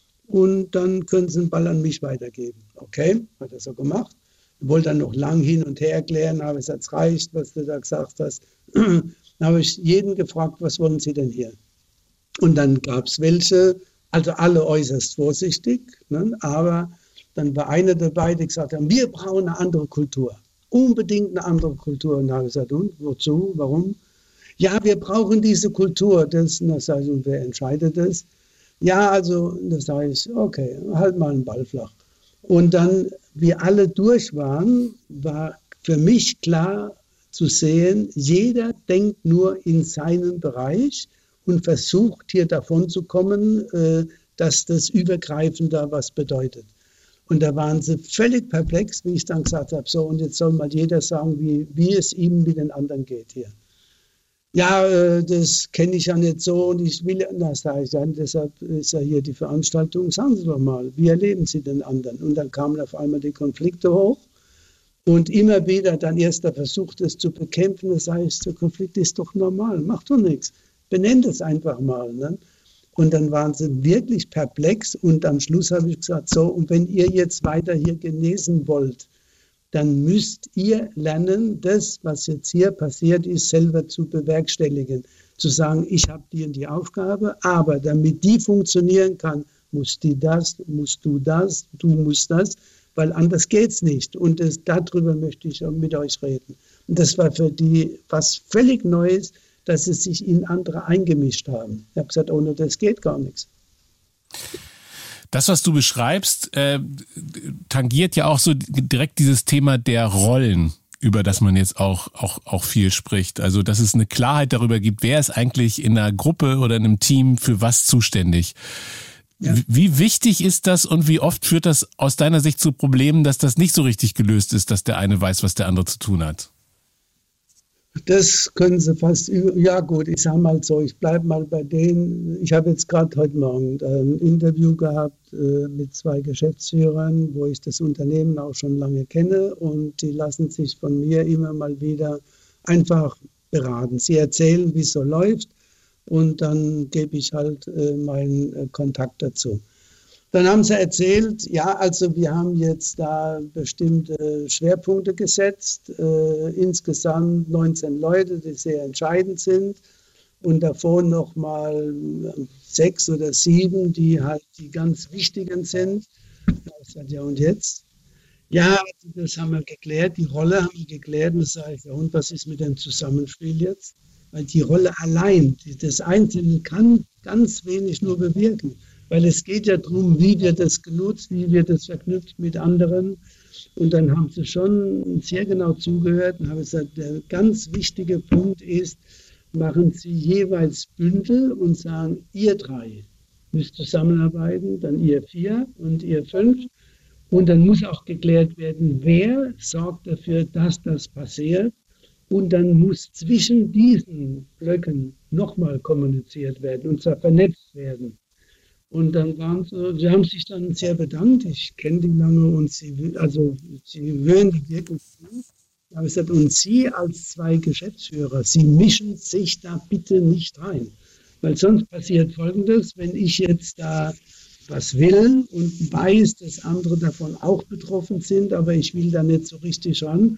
Und dann können Sie den Ball an mich weitergeben. Okay, hat er so gemacht. Ich wollte dann noch lang hin und her erklären, habe ich gesagt, es reicht, was du da gesagt hast. Dann habe ich jeden gefragt, was wollen Sie denn hier? Und dann gab es welche, also alle äußerst vorsichtig, ne? Aber dann war einer dabei, der gesagt hat, wir brauchen eine andere Kultur. Unbedingt eine andere Kultur. Und da habe ich gesagt, und wozu, warum? Ja, wir brauchen diese Kultur. Das, und das heißt, und wer entscheidet das? Ja, also, das sage ich, okay, halt mal einen Ball flach. Und dann, wie alle durch waren, war für mich klar zu sehen, jeder denkt nur in seinen Bereich und versucht hier davon zu kommen, äh, dass das übergreifend da was bedeutet. Und da waren sie völlig perplex, wie ich dann gesagt habe, so, und jetzt soll mal jeder sagen, wie, wie es ihm mit den anderen geht hier. Ja, das kenne ich ja nicht so und ich will, na, sage ich dann, deshalb ist ja hier die Veranstaltung, sagen Sie doch mal, wie erleben Sie den anderen? Und dann kamen auf einmal die Konflikte hoch und immer wieder dann erst der Versuch, das zu bekämpfen, das heißt, der Konflikt ist doch normal, macht doch nichts, benennt es einfach mal. Ne? Und dann waren sie wirklich perplex und am Schluss habe ich gesagt, so, und wenn ihr jetzt weiter hier genesen wollt, dann müsst ihr lernen, das, was jetzt hier passiert ist, selber zu bewerkstelligen. Zu sagen, ich habe die und die Aufgabe, aber damit die funktionieren kann, musst die das, musst du das, du musst das, weil anders geht's nicht. Und das, darüber möchte ich auch mit euch reden. Und das war für die was völlig Neues, dass sie sich in andere eingemischt haben. Ich habe gesagt, ohne das geht gar nichts. Das, was du beschreibst, äh, tangiert ja auch so direkt dieses Thema der Rollen, über das man jetzt auch, auch, auch viel spricht. Also, dass es eine Klarheit darüber gibt, wer ist eigentlich in einer Gruppe oder in einem Team für was zuständig. Ja. Wie wichtig ist das und wie oft führt das aus deiner Sicht zu Problemen, dass das nicht so richtig gelöst ist, dass der eine weiß, was der andere zu tun hat? Das können Sie fast, ja gut, ich sage mal so, ich bleibe mal bei denen. Ich habe jetzt gerade heute Morgen ein Interview gehabt äh, mit zwei Geschäftsführern, wo ich das Unternehmen auch schon lange kenne und die lassen sich von mir immer mal wieder einfach beraten. Sie erzählen, wie es so läuft und dann gebe ich halt äh, meinen äh, Kontakt dazu. Dann haben sie erzählt, ja, also wir haben jetzt da bestimmte Schwerpunkte gesetzt, äh, insgesamt neunzehn Leute, die sehr entscheidend sind und davon nochmal sechs oder sieben, die halt die ganz wichtigen sind. Ich sage, ja und jetzt? Ja, das haben wir geklärt, die Rolle haben wir geklärt. Und das sage ich, ja, und was ist mit dem Zusammenspiel jetzt? Weil die Rolle allein, das Einzelne kann ganz wenig nur bewirken. Weil es geht ja darum, wie wird das genutzt, wie wird das verknüpft mit anderen. Und dann haben sie schon sehr genau zugehört und haben gesagt, der ganz wichtige Punkt ist, machen Sie jeweils Bündel und sagen, ihr drei müsst zusammenarbeiten, dann ihr vier und ihr fünf. Und dann muss auch geklärt werden, wer sorgt dafür, dass das passiert. Und dann muss zwischen diesen Blöcken nochmal kommuniziert werden und zwar vernetzt werden. Und dann waren sie, sie haben sich dann sehr bedankt. Ich kenne die lange und sie, also sie hören die wirklich zu. Aber ich gesagt, und Sie als zwei Geschäftsführer, Sie mischen sich da bitte nicht rein. Weil sonst passiert Folgendes, wenn ich jetzt da was will und weiß, dass andere davon auch betroffen sind, aber ich will da nicht so richtig ran,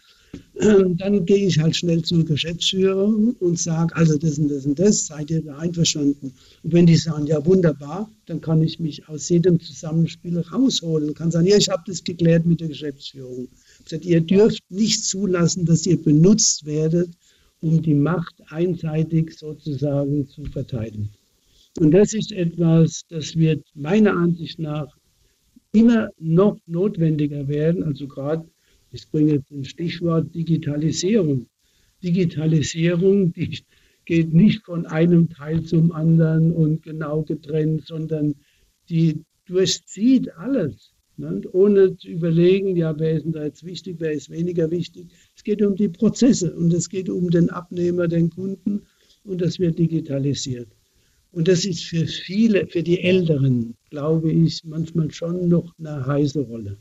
dann gehe ich halt schnell zum Geschäftsführer und sage, also das und das und das, seid ihr da einverstanden? Und wenn die sagen, ja wunderbar, dann kann ich mich aus jedem Zusammenspiel rausholen. Kann sagen, ja, ich habe das geklärt mit der Geschäftsführung. Ich sage, ihr dürft nicht zulassen, dass ihr benutzt werdet, um die Macht einseitig sozusagen zu verteidigen. Und das ist etwas, das wird meiner Ansicht nach immer noch notwendiger werden, also gerade, ich bringe jetzt ein Stichwort Digitalisierung. Digitalisierung, die geht nicht von einem Teil zum anderen und genau getrennt, sondern die durchzieht alles, ne? Ohne zu überlegen, ja, wer ist denn da jetzt wichtig, wer ist weniger wichtig. Es geht um die Prozesse und es geht um den Abnehmer, den Kunden und das wird digitalisiert. Und das ist für viele, für die Älteren, glaube ich, manchmal schon noch eine heiße Rolle.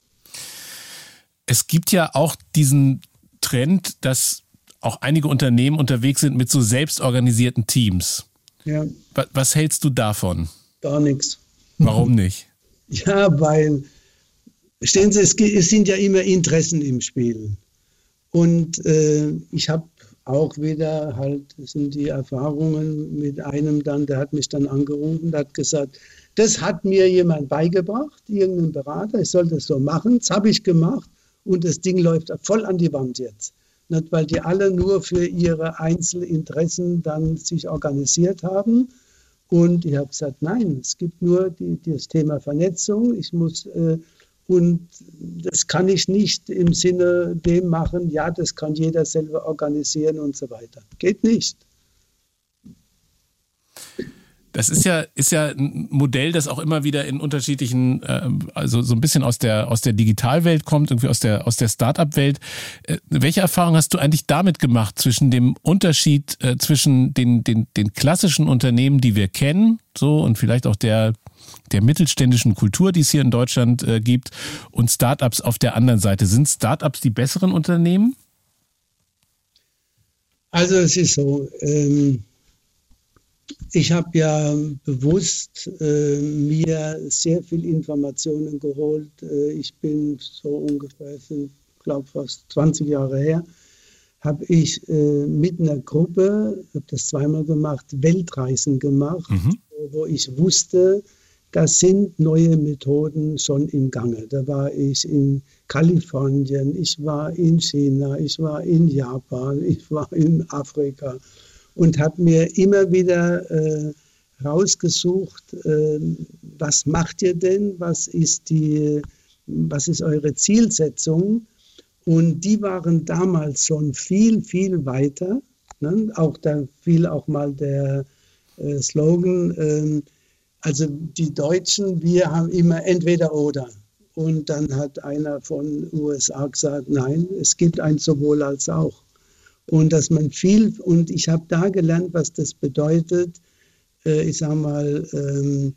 Es gibt ja auch diesen Trend, dass auch einige Unternehmen unterwegs sind mit so selbstorganisierten Teams. Ja. Was, was hältst du davon? Gar nichts. Warum nicht? Ja, weil, verstehen Sie, es, es sind ja immer Interessen im Spiel. Und äh, ich habe auch wieder halt, das sind die Erfahrungen mit einem dann, der hat mich dann angerufen, der hat gesagt, das hat mir jemand beigebracht, irgendein Berater, ich soll das so machen, das habe ich gemacht. Und das Ding läuft voll an die Wand jetzt. Nicht, weil die alle nur für ihre Einzelinteressen dann sich organisiert haben. Und ich habe gesagt, nein, es gibt nur die, das Thema Vernetzung. Ich muss, äh, und das kann ich nicht im Sinne dem machen, ja, das kann jeder selber organisieren und so weiter. Geht nicht. Das ist ja, ist ja ein Modell, das auch immer wieder in unterschiedlichen, äh, also so ein bisschen aus der, aus der Digitalwelt kommt, irgendwie aus der, aus der Start-up-Welt. Äh, welche Erfahrung hast du eigentlich damit gemacht zwischen dem Unterschied äh, zwischen den, den, den klassischen Unternehmen, die wir kennen, so, und vielleicht auch der, der mittelständischen Kultur, die es hier in Deutschland äh, gibt, und Start-ups auf der anderen Seite? Sind Start-ups die besseren Unternehmen? Also es ist so, ähm, ich habe ja bewusst äh, mir sehr viel Informationen geholt. Äh, ich bin so ungefähr, ich glaube fast zwanzig Jahre her, habe ich äh, mit einer Gruppe, habe das zweimal gemacht, Weltreisen gemacht, mhm. wo ich wusste, da sind neue Methoden schon im Gange. Da war ich in Kalifornien, ich war in China, ich war in Japan, ich war in Afrika und habe mir immer wieder äh, rausgesucht, äh, was macht ihr denn, was ist, die, was ist eure Zielsetzung? Und die waren damals schon viel, viel weiter. Ne? Auch da fiel auch mal der äh, Slogan, äh, also die Deutschen, wir haben immer entweder oder. Und dann hat einer von U S A gesagt, nein, es gibt ein sowohl als auch. Und dass man viel, und ich habe da gelernt, was das bedeutet, äh, ich sage mal, ähm,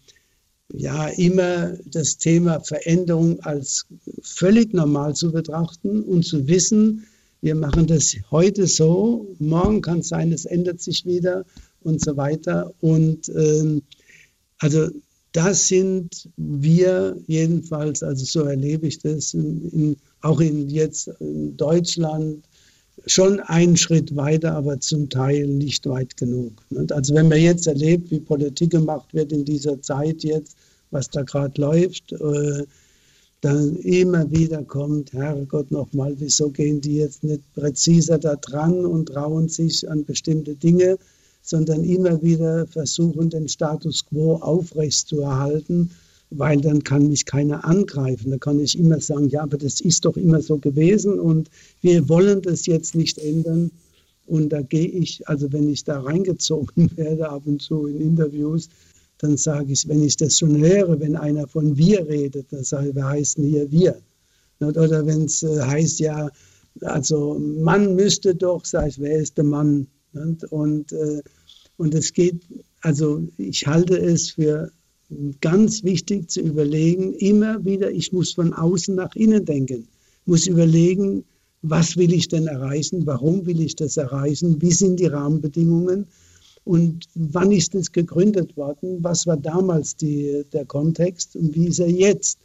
ja, immer das Thema Veränderung als völlig normal zu betrachten und zu wissen, wir machen das heute so, morgen kann es sein, es ändert sich wieder und so weiter. Und ähm, also das sind wir jedenfalls, also so erlebe ich das, in, in, auch in jetzt in Deutschland, schon einen Schritt weiter, aber zum Teil nicht weit genug. Also wenn man jetzt erlebt, wie Politik gemacht wird in dieser Zeit jetzt, was da gerade läuft, äh, dann immer wieder kommt, Herrgott nochmal, wieso gehen die jetzt nicht präziser da dran und trauen sich an bestimmte Dinge, sondern immer wieder versuchen, den Status quo aufrechtzuerhalten, weil dann kann mich keiner angreifen. Da kann ich immer sagen, ja, aber das ist doch immer so gewesen und wir wollen das jetzt nicht ändern. Und da gehe ich, also wenn ich da reingezogen werde ab und zu in Interviews, dann sage ich, wenn ich das schon höre, wenn einer von wir redet, dann sage ich, wer heißt denn hier wir? Oder wenn es heißt, ja, also Mann müsste doch, sage ich, wer ist der Mann? Und, und es geht, also ich halte es für ganz wichtig zu überlegen, immer wieder, ich muss von außen nach innen denken, muss überlegen, was will ich denn erreichen, warum will ich das erreichen, wie sind die Rahmenbedingungen und wann ist das gegründet worden, was war damals die, der Kontext und wie ist er jetzt.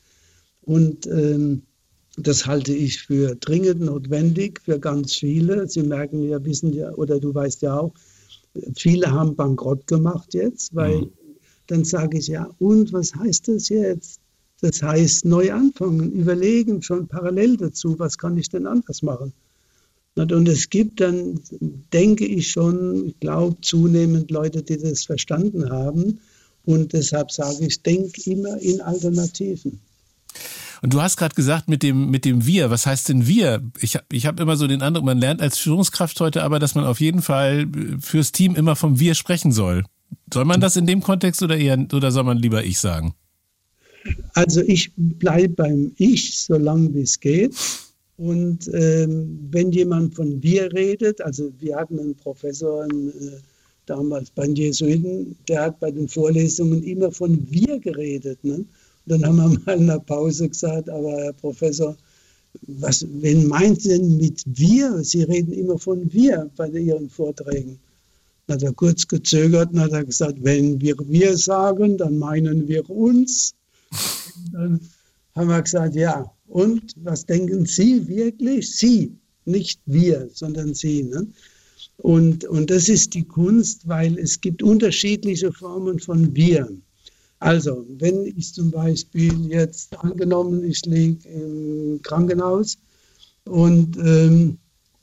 Und ähm, das halte ich für dringend notwendig für ganz viele. Sie merken ja, wissen ja, oder du weißt ja auch, viele haben Bankrott gemacht jetzt, weil mhm. Dann sage ich, ja, und was heißt das jetzt? Das heißt, neu anfangen, überlegen, schon parallel dazu, was kann ich denn anders machen? Und es gibt dann, denke ich schon, ich glaube, zunehmend Leute, die das verstanden haben. Und deshalb sage ich, denk immer in Alternativen. Und du hast gerade gesagt mit dem mit dem Wir, was heißt denn wir? Ich habe ich hab immer so den Eindruck, man lernt als Führungskraft heute aber, dass man auf jeden Fall fürs Team immer vom Wir sprechen soll. Soll man das in dem Kontext oder eher, oder soll man lieber ich sagen? Also ich bleibe beim Ich, solange wie es geht. Und ähm, wenn jemand von wir redet, also wir hatten einen Professor einen, äh, damals bei den Jesuiten, der hat bei den Vorlesungen immer von wir geredet. Ne? Und dann haben wir mal in der Pause gesagt, aber Herr Professor, was, wen meint Sie denn mit wir? Sie reden immer von wir bei Ihren Vorträgen. Dann hat er kurz gezögert und hat er gesagt, wenn wir wir sagen, dann meinen wir uns. Dann haben wir gesagt, ja, und was denken Sie wirklich? Sie, nicht wir, sondern Sie. Ne? Und, und das ist die Kunst, weil es gibt unterschiedliche Formen von wir. Also, wenn ich zum Beispiel jetzt angenommen, ich liege im Krankenhaus und ähm,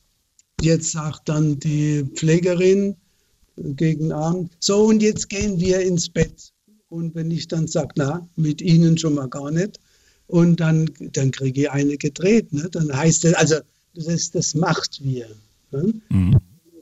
jetzt sagt dann die Pflegerin, gegen Abend, so und jetzt gehen wir ins Bett. Und wenn ich dann sage, na, mit Ihnen schon mal gar nicht, und dann, dann kriege ich eine gedreht. Ne? Dann heißt es, also das, das macht wir. Ne? Mhm.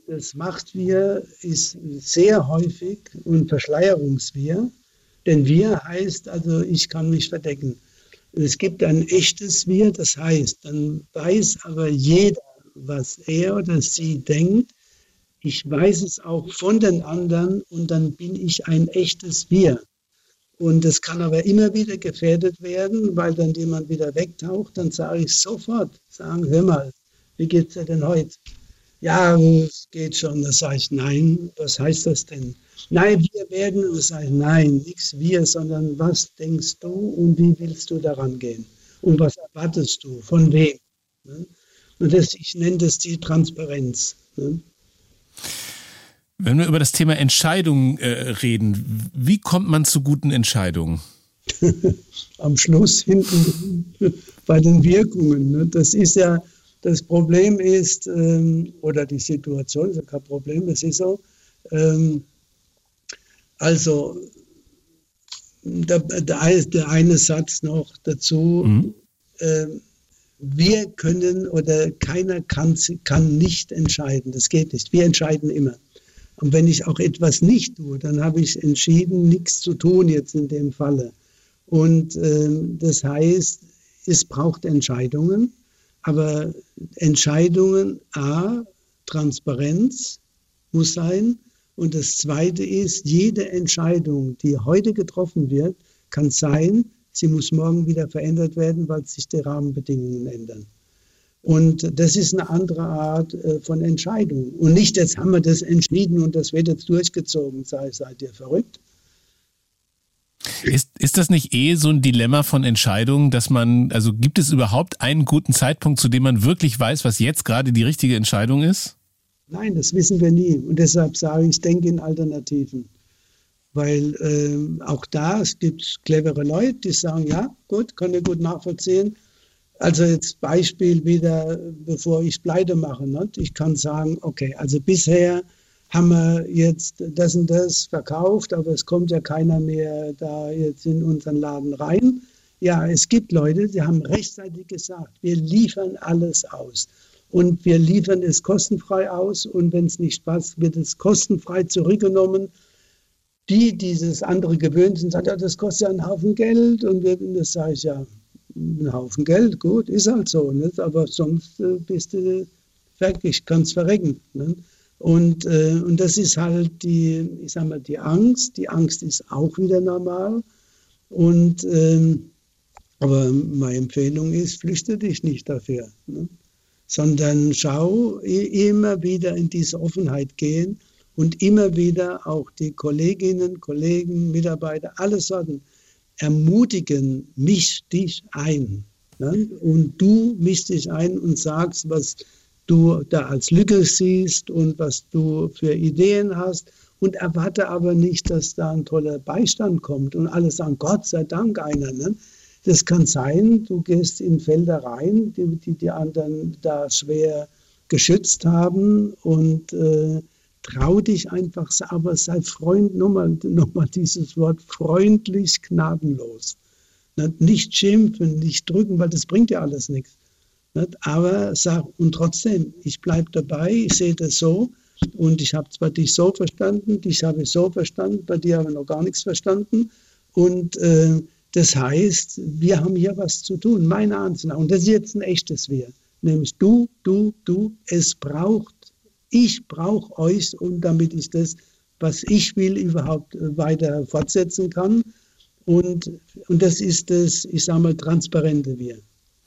das Macht-Wir ist sehr häufig und Verschleierungs-Wir, denn Wir heißt also, ich kann mich verdecken. Es gibt ein echtes Wir, das heißt, dann weiß aber jeder, was er oder sie denkt. Ich weiß es auch von den anderen und dann bin ich ein echtes Wir. Und es kann aber immer wieder gefährdet werden, weil dann jemand wieder wegtaucht, dann sage ich sofort, sagen, hör mal, wie geht's dir denn heute? Ja, es geht schon. Da sage ich, nein, was heißt das denn? Nein, wir werden, und sage ich, nein, nichts wir, sondern was denkst du und wie willst du daran gehen? Und was erwartest du? Von wem? Und das, ich nenne das die Transparenz. Wenn wir über das Thema Entscheidungen äh, reden, wie kommt man zu guten Entscheidungen? Am Schluss hinten bei den Wirkungen. Ne? Das ist ja, das Problem ist, ähm, oder die Situation ist ja kein Problem, es ist so, ähm, also der, der, der eine Satz noch dazu, mhm. äh, wir können oder keiner kann, kann nicht entscheiden, das geht nicht, wir entscheiden immer. Und wenn ich auch etwas nicht tue, dann habe ich entschieden, nichts zu tun jetzt in dem Falle. Und äh, das heißt, es braucht Entscheidungen, aber Entscheidungen, A, Transparenz muss sein. Und das Zweite ist, jede Entscheidung, die heute getroffen wird, kann sein, sie muss morgen wieder verändert werden, weil sich die Rahmenbedingungen ändern. Und das ist eine andere Art äh, von Entscheidung. Und nicht, jetzt haben wir das entschieden und das wird jetzt durchgezogen. Sei, seid ihr verrückt? Ist, ist das nicht eh so ein Dilemma von Entscheidungen, dass man, also gibt es überhaupt einen guten Zeitpunkt, zu dem man wirklich weiß, was jetzt gerade die richtige Entscheidung ist? Nein, das wissen wir nie. Und deshalb sage ich, ich denke in Alternativen. Weil äh, auch da, es gibt clevere Leute, die sagen, ja, gut, kann ich gut nachvollziehen. Also jetzt Beispiel wieder, bevor ich pleite mache. Ne? Ich kann sagen, okay, also bisher haben wir jetzt das und das verkauft, aber es kommt ja keiner mehr da jetzt in unseren Laden rein. Ja, es gibt Leute, die haben rechtzeitig gesagt, wir liefern alles aus. Und wir liefern es kostenfrei aus und wenn es nicht passt, wird es kostenfrei zurückgenommen. Die, die dieses andere gewöhnt sind, sagen, ja, das kostet ja einen Haufen Geld. Und wir, das sage ich ja, ein Haufen Geld, gut, ist halt so. Nicht? Aber sonst äh, bist du fertig, kannst verrecken. Nicht? Und, äh, und das ist halt die, ich sag mal, die Angst. Die Angst ist auch wieder normal. Und, äh, aber meine Empfehlung ist, flüchte dich nicht dafür. Nicht? Sondern schau, immer wieder in diese Offenheit gehen und immer wieder auch die Kolleginnen, Kollegen, Mitarbeiter, alle Sorten ermutigen, misch dich ein. Ne? Und du mischst dich ein und sagst, was du da als Lücke siehst und was du für Ideen hast und erwarte aber nicht, dass da ein toller Beistand kommt und alle sagen, Gott sei Dank einer. Ne? Das kann sein, du gehst in Felder rein, die die, die anderen da schwer geschützt haben und äh, trau dich einfach, aber sei Freund, nochmal noch mal dieses Wort, freundlich, gnadenlos. Nicht schimpfen, nicht drücken, weil das bringt ja alles nichts. Aber sag, und trotzdem, ich bleibe dabei, ich sehe das so und ich habe zwar dich so verstanden, dich habe ich so verstanden, bei dir habe ich noch gar nichts verstanden und äh, das heißt, wir haben hier was zu tun, meiner Ansicht nach. Und das ist jetzt ein echtes Wir. Nämlich du, du, du, es braucht, ich brauche euch, und damit ich das, was ich will, überhaupt weiter fortsetzen kann. Und, und das ist das, ich sage mal, transparente Wir.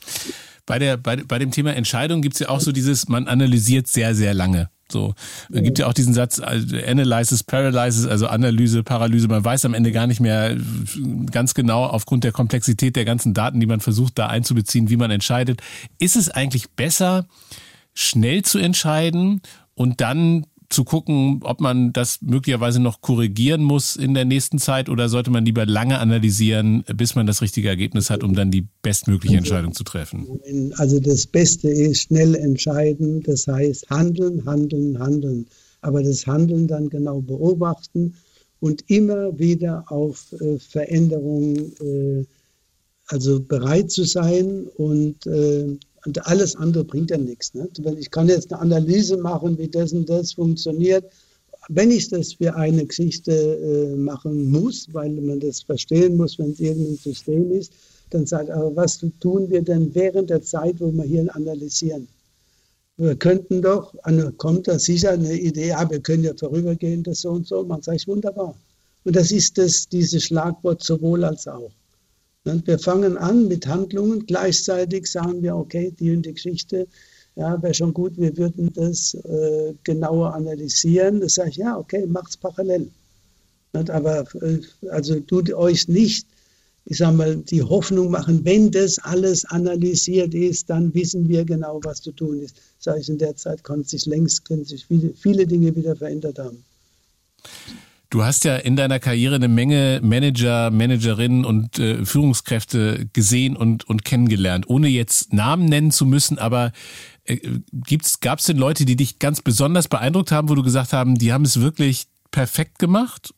Bei, der, bei, bei dem Thema Entscheidung gibt es ja auch so dieses, man analysiert sehr, sehr lange. So, es gibt ja auch diesen Satz, Analysis, Paralysis, also Analyse, Paralyse. Man weiß am Ende gar nicht mehr ganz genau aufgrund der Komplexität der ganzen Daten, die man versucht da einzubeziehen, wie man entscheidet. Ist es eigentlich besser, schnell zu entscheiden und dann zu gucken, ob man das möglicherweise noch korrigieren muss in der nächsten Zeit, oder sollte man lieber lange analysieren, bis man das richtige Ergebnis hat, um dann die bestmögliche Entscheidung zu treffen? Also das Beste ist schnell entscheiden, das heißt handeln, handeln, handeln. Aber das Handeln dann genau beobachten und immer wieder auf äh, Veränderungen äh, also bereit zu sein und äh, Und alles andere bringt ja nichts. Ne? Ich kann jetzt eine Analyse machen, wie das und das funktioniert. Wenn ich das für eine Geschichte äh, machen muss, weil man das verstehen muss, wenn es irgendein System ist, dann sagt er, aber was tun wir denn während der Zeit, wo wir hier analysieren? Wir könnten doch, kommt da sicher eine Idee, ja, wir können ja vorübergehen, das so und so. Man sagt, wunderbar. Und das ist das, dieses Schlagwort sowohl als auch. Wir fangen an mit Handlungen, gleichzeitig sagen wir, okay, die und die Geschichte, ja, wäre schon gut, wir würden das äh, genauer analysieren. Das sage ich, ja, okay, macht's parallel. Aber äh, also tut euch nicht, ich sage mal, die Hoffnung machen, wenn das alles analysiert ist, dann wissen wir genau, was zu tun ist. Sage ich, in der Zeit können sich längst können sich viele, viele Dinge wieder verändert haben. Du hast ja in deiner Karriere eine Menge Manager, Managerinnen und äh, Führungskräfte gesehen und, und kennengelernt, ohne jetzt Namen nennen zu müssen, aber äh, gab es denn Leute, die dich ganz besonders beeindruckt haben, wo du gesagt haben, die haben es wirklich perfekt gemacht?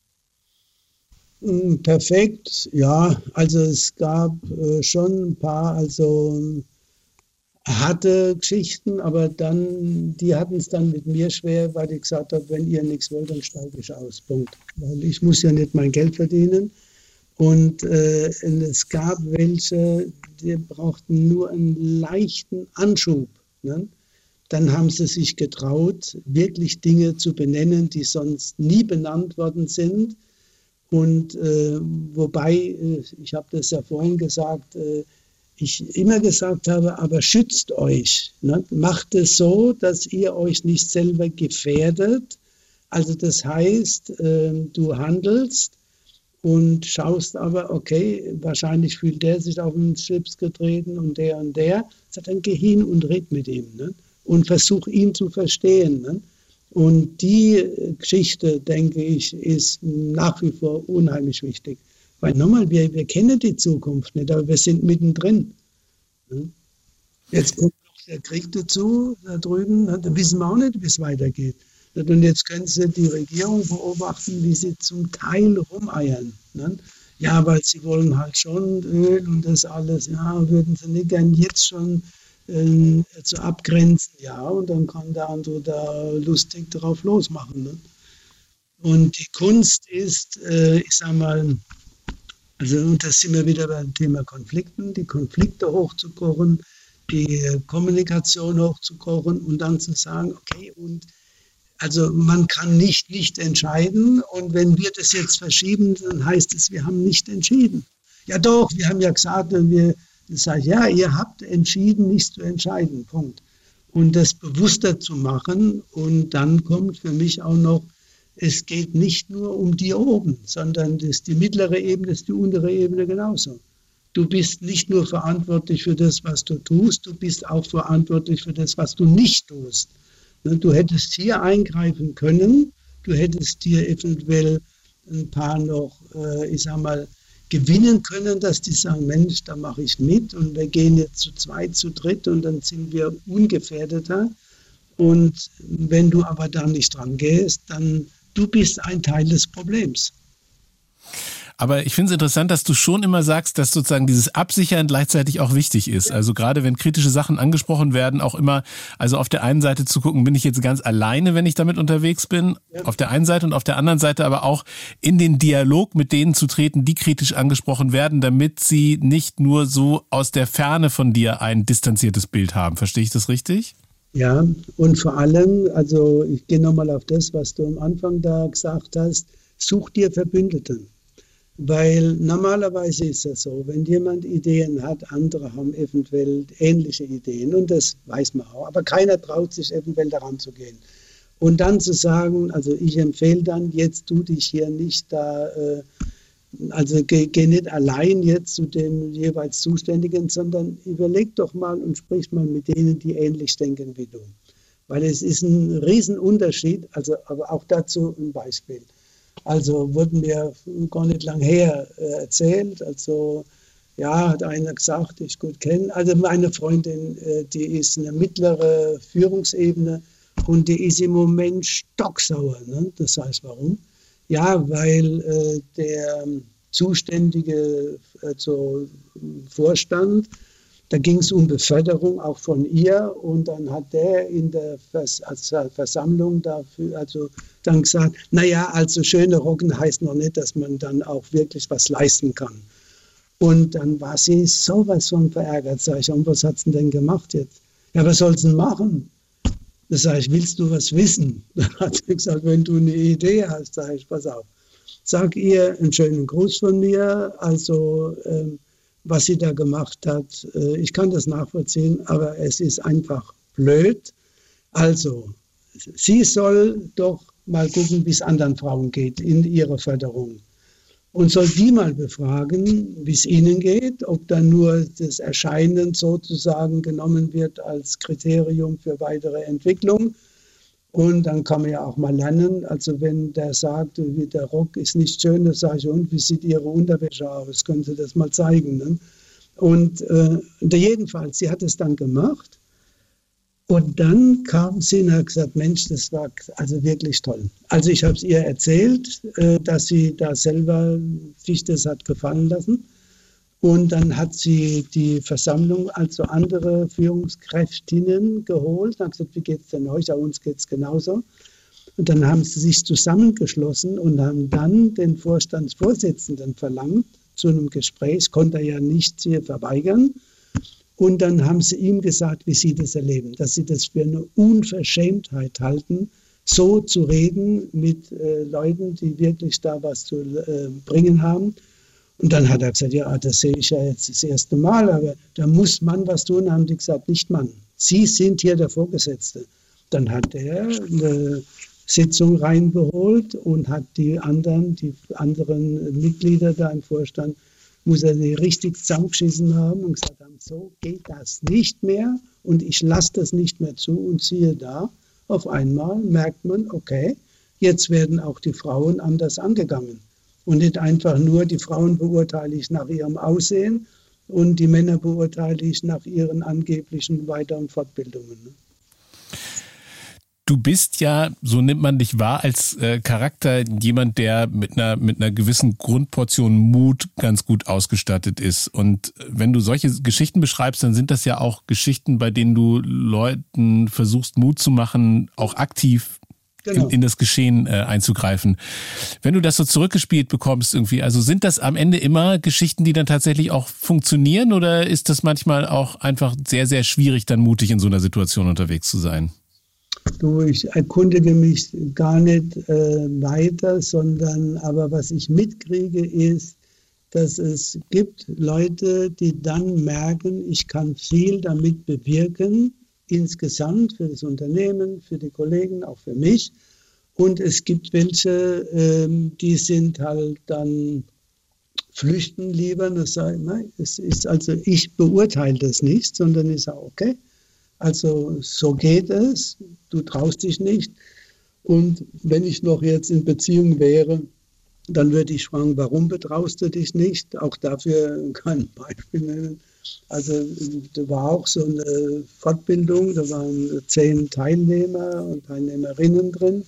Perfekt, ja, also es gab äh, schon ein paar, also harte Geschichten, aber dann, die hatten es dann mit mir schwer, weil ich gesagt habe, wenn ihr nichts wollt, dann steige ich aus, Punkt. Weil ich muss ja nicht mein Geld verdienen. Und äh, es gab welche, die brauchten nur einen leichten Anschub. Ne? Dann haben sie sich getraut, wirklich Dinge zu benennen, die sonst nie benannt worden sind. Und äh, wobei, äh, ich habe das ja vorhin gesagt, äh, ich immer gesagt habe, aber schützt euch. Ne? Macht es so, dass ihr euch nicht selber gefährdet. Also das heißt, äh, du handelst und schaust aber, okay, wahrscheinlich fühlt der sich auf den Schlips getreten und der und der. Sagt, dann geh hin und red mit ihm, ne? Und versuch ihn zu verstehen. Ne? Und die Geschichte, denke ich, ist nach wie vor unheimlich wichtig. Weil nochmal, wir, wir kennen die Zukunft nicht, aber wir sind mittendrin. Jetzt kommt noch der Krieg dazu, da drüben, da wissen wir auch nicht, wie es weitergeht. Und jetzt können Sie die Regierung beobachten, wie sie zum Teil rumeiern. Ja, weil sie wollen halt schon Öl und das alles, ja, würden sie nicht gern jetzt schon äh, zu abgrenzen, ja, und dann kann der andere da lustig drauf losmachen. Ne? Und die Kunst ist, äh, ich sag mal, also, und da sind wir wieder beim Thema Konflikten, die Konflikte hochzukochen, die Kommunikation hochzukochen und dann zu sagen, okay, und also man kann nicht nicht entscheiden und wenn wir das jetzt verschieben, dann heißt es, wir haben nicht entschieden. Ja doch, wir haben ja gesagt, wir, das heißt, ja, ihr habt entschieden, nicht zu entscheiden, Punkt. Und das bewusster zu machen und dann kommt für mich auch noch, es geht nicht nur um die oben, sondern das ist die mittlere Ebene, das ist die untere Ebene genauso. Du bist nicht nur verantwortlich für das, was du tust, du bist auch verantwortlich für das, was du nicht tust. Du hättest hier eingreifen können, du hättest hier eventuell ein paar noch, ich sag mal, gewinnen können, dass die sagen, Mensch, da mache ich mit und wir gehen jetzt zu zweit, zu dritt und dann sind wir ungefährdeter. Und wenn du aber da nicht dran gehst, dann du bist ein Teil des Problems. Aber ich finde es interessant, dass du schon immer sagst, dass sozusagen dieses Absichern gleichzeitig auch wichtig ist. Ja. Also gerade wenn kritische Sachen angesprochen werden, auch immer, also auf der einen Seite zu gucken, bin ich jetzt ganz alleine, wenn ich damit unterwegs bin, ja. Auf der einen Seite und auf der anderen Seite aber auch in den Dialog mit denen zu treten, die kritisch angesprochen werden, damit sie nicht nur so aus der Ferne von dir ein distanziertes Bild haben. Verstehe ich das richtig? Ja, und vor allem, also ich gehe nochmal auf das, was du am Anfang da gesagt hast, such dir Verbündeten. Weil normalerweise ist es so, wenn jemand Ideen hat, andere haben eventuell ähnliche Ideen und das weiß man auch, aber keiner traut sich eventuell daran zu gehen. Und dann zu sagen, also ich empfehle dann, jetzt tu dich hier nicht da, äh, also geh, geh nicht allein jetzt zu dem jeweils Zuständigen, sondern überleg doch mal und sprich mal mit denen, die ähnlich denken wie du. Weil es ist ein Riesenunterschied, also aber auch dazu ein Beispiel. Also wurden mir gar nicht lang her äh, erzählt, also ja, hat einer gesagt, die ich gut kenne. Also meine Freundin, äh, die ist eine mittlere Führungsebene und die ist im Moment stocksauer. Ne? Das heißt, warum? Ja, weil äh, der zuständige also Vorstand, Da ging es um Beförderung auch von ihr und dann hat der in der Vers also Versammlung dafür, also dann gesagt, naja, also schöne Rocken heißt noch nicht, dass man dann auch wirklich was leisten kann. Und dann war sie sowas von verärgert, sag ich, und was hat sie denn gemacht jetzt? Ja, was soll sie denn machen? Da sage ich, willst du was wissen? Dann hat sie gesagt, wenn du eine Idee hast, sage ich, pass auf. Sag ihr einen schönen Gruß von mir, also ähm, was sie da gemacht hat. Äh, ich kann das nachvollziehen, aber es ist einfach blöd. Also, sie soll doch mal gucken, wie es anderen Frauen geht in ihrer Förderung. Und soll die mal befragen, wie es ihnen geht, ob dann nur das Erscheinen sozusagen genommen wird als Kriterium für weitere Entwicklung. Und dann kann man ja auch mal lernen, also wenn der sagt, wie der Rock ist nicht schön, dann sage ich, und wie sieht Ihre Unterwäsche aus? Können Sie das mal zeigen? Ne? Und äh, jedenfalls, sie hat es dann gemacht. Und dann kam sie und hat gesagt, Mensch, das war also wirklich toll. Also ich habe es ihr erzählt, äh, dass sie da selber sich das hat gefallen lassen. Und dann hat sie die Versammlung, also andere Führungskräftinnen geholt und hat gesagt, wie geht es denn euch? Ja, uns geht es genauso. Und dann haben sie sich zusammengeschlossen und haben dann den Vorstandsvorsitzenden verlangt zu einem Gespräch, konnte er ja nicht hier verweigern. Und dann haben sie ihm gesagt, wie sie das erleben, dass sie das für eine Unverschämtheit halten, so zu reden mit äh, Leuten, die wirklich da was zu äh, bringen haben. Und dann hat er gesagt, ja, das sehe ich ja jetzt das erste Mal, aber da muss man was tun. Dann haben die gesagt, nicht Mann, Sie sind hier der Vorgesetzte. Dann hat er eine Sitzung reingeholt und hat die anderen, die anderen Mitglieder da im Vorstand, muss er sie richtig zusammengeschissen haben und gesagt haben, so geht das nicht mehr und ich lasse das nicht mehr zu. Und siehe da, auf einmal merkt man, okay, jetzt werden auch die Frauen anders angegangen. Und nicht einfach nur, die Frauen beurteile ich nach ihrem Aussehen und die Männer beurteile ich nach ihren angeblichen weiteren Fortbildungen. Du bist ja, so nimmt man dich wahr, als äh, Charakter jemand, der mit einer, mit einer gewissen Grundportion Mut ganz gut ausgestattet ist. Und wenn du solche Geschichten beschreibst, dann sind das ja auch Geschichten, bei denen du Leuten versuchst, Mut zu machen, auch aktiv Genau. In, in das Geschehen äh, einzugreifen. Wenn du das so zurückgespielt bekommst irgendwie, also sind das am Ende immer Geschichten, die dann tatsächlich auch funktionieren oder ist das manchmal auch einfach sehr, sehr schwierig, dann mutig in so einer Situation unterwegs zu sein? Du, ich erkundige mich gar nicht äh, weiter, sondern aber was ich mitkriege ist, dass es gibt Leute, die dann merken, ich kann viel damit bewirken, insgesamt für das Unternehmen, für die Kollegen, auch für mich. Und es gibt welche, ähm, die sind halt dann flüchten lieber. Das sei, nein, es ist also, ich beurteile das nicht, sondern ich sage, okay, also so geht es, du traust dich nicht. Und wenn ich noch jetzt in Beziehung wäre, dann würde ich fragen, warum betraust du dich nicht? Auch dafür kann ich ein Beispiel nennen. Also da war auch so eine Fortbildung, da waren zehn Teilnehmer und Teilnehmerinnen drin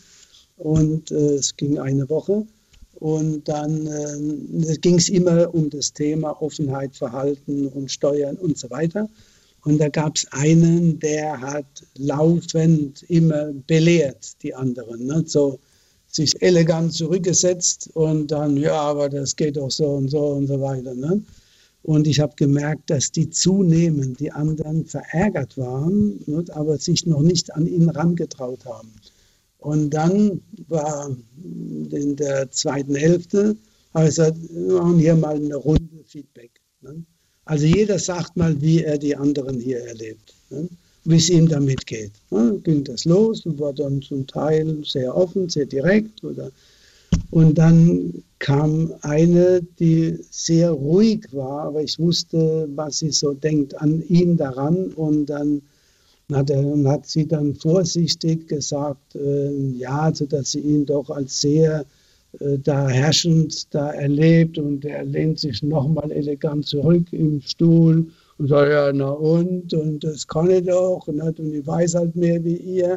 und äh, es ging eine Woche und dann äh, ging es immer um das Thema Offenheit, Verhalten und Steuern und so weiter. Und da gab es einen, der hat laufend immer belehrt die anderen, ne? So sich elegant zurückgesetzt und dann, ja, aber das geht doch so und so und so weiter, ne? Und ich habe gemerkt, dass die zunehmend, die anderen verärgert waren, aber sich noch nicht an ihn herangetraut haben. Und dann war in der zweiten Hälfte, habe ich gesagt, wir machen hier mal eine Runde Feedback. Also jeder sagt mal, wie er die anderen hier erlebt, wie es ihm damit geht. Ging das los und war dann zum Teil sehr offen, sehr direkt oder und dann kam eine, die sehr ruhig war, aber ich wusste, was sie so denkt, an ihn daran. Und dann hat, er, hat sie dann vorsichtig gesagt, äh, ja, also dass sie ihn doch als sehr äh, da herrschend da erlebt. Und er lehnt sich nochmal elegant zurück im Stuhl und sagt, ja, na und, und das kann ich doch. Und, und ich weiß halt mehr wie ihr.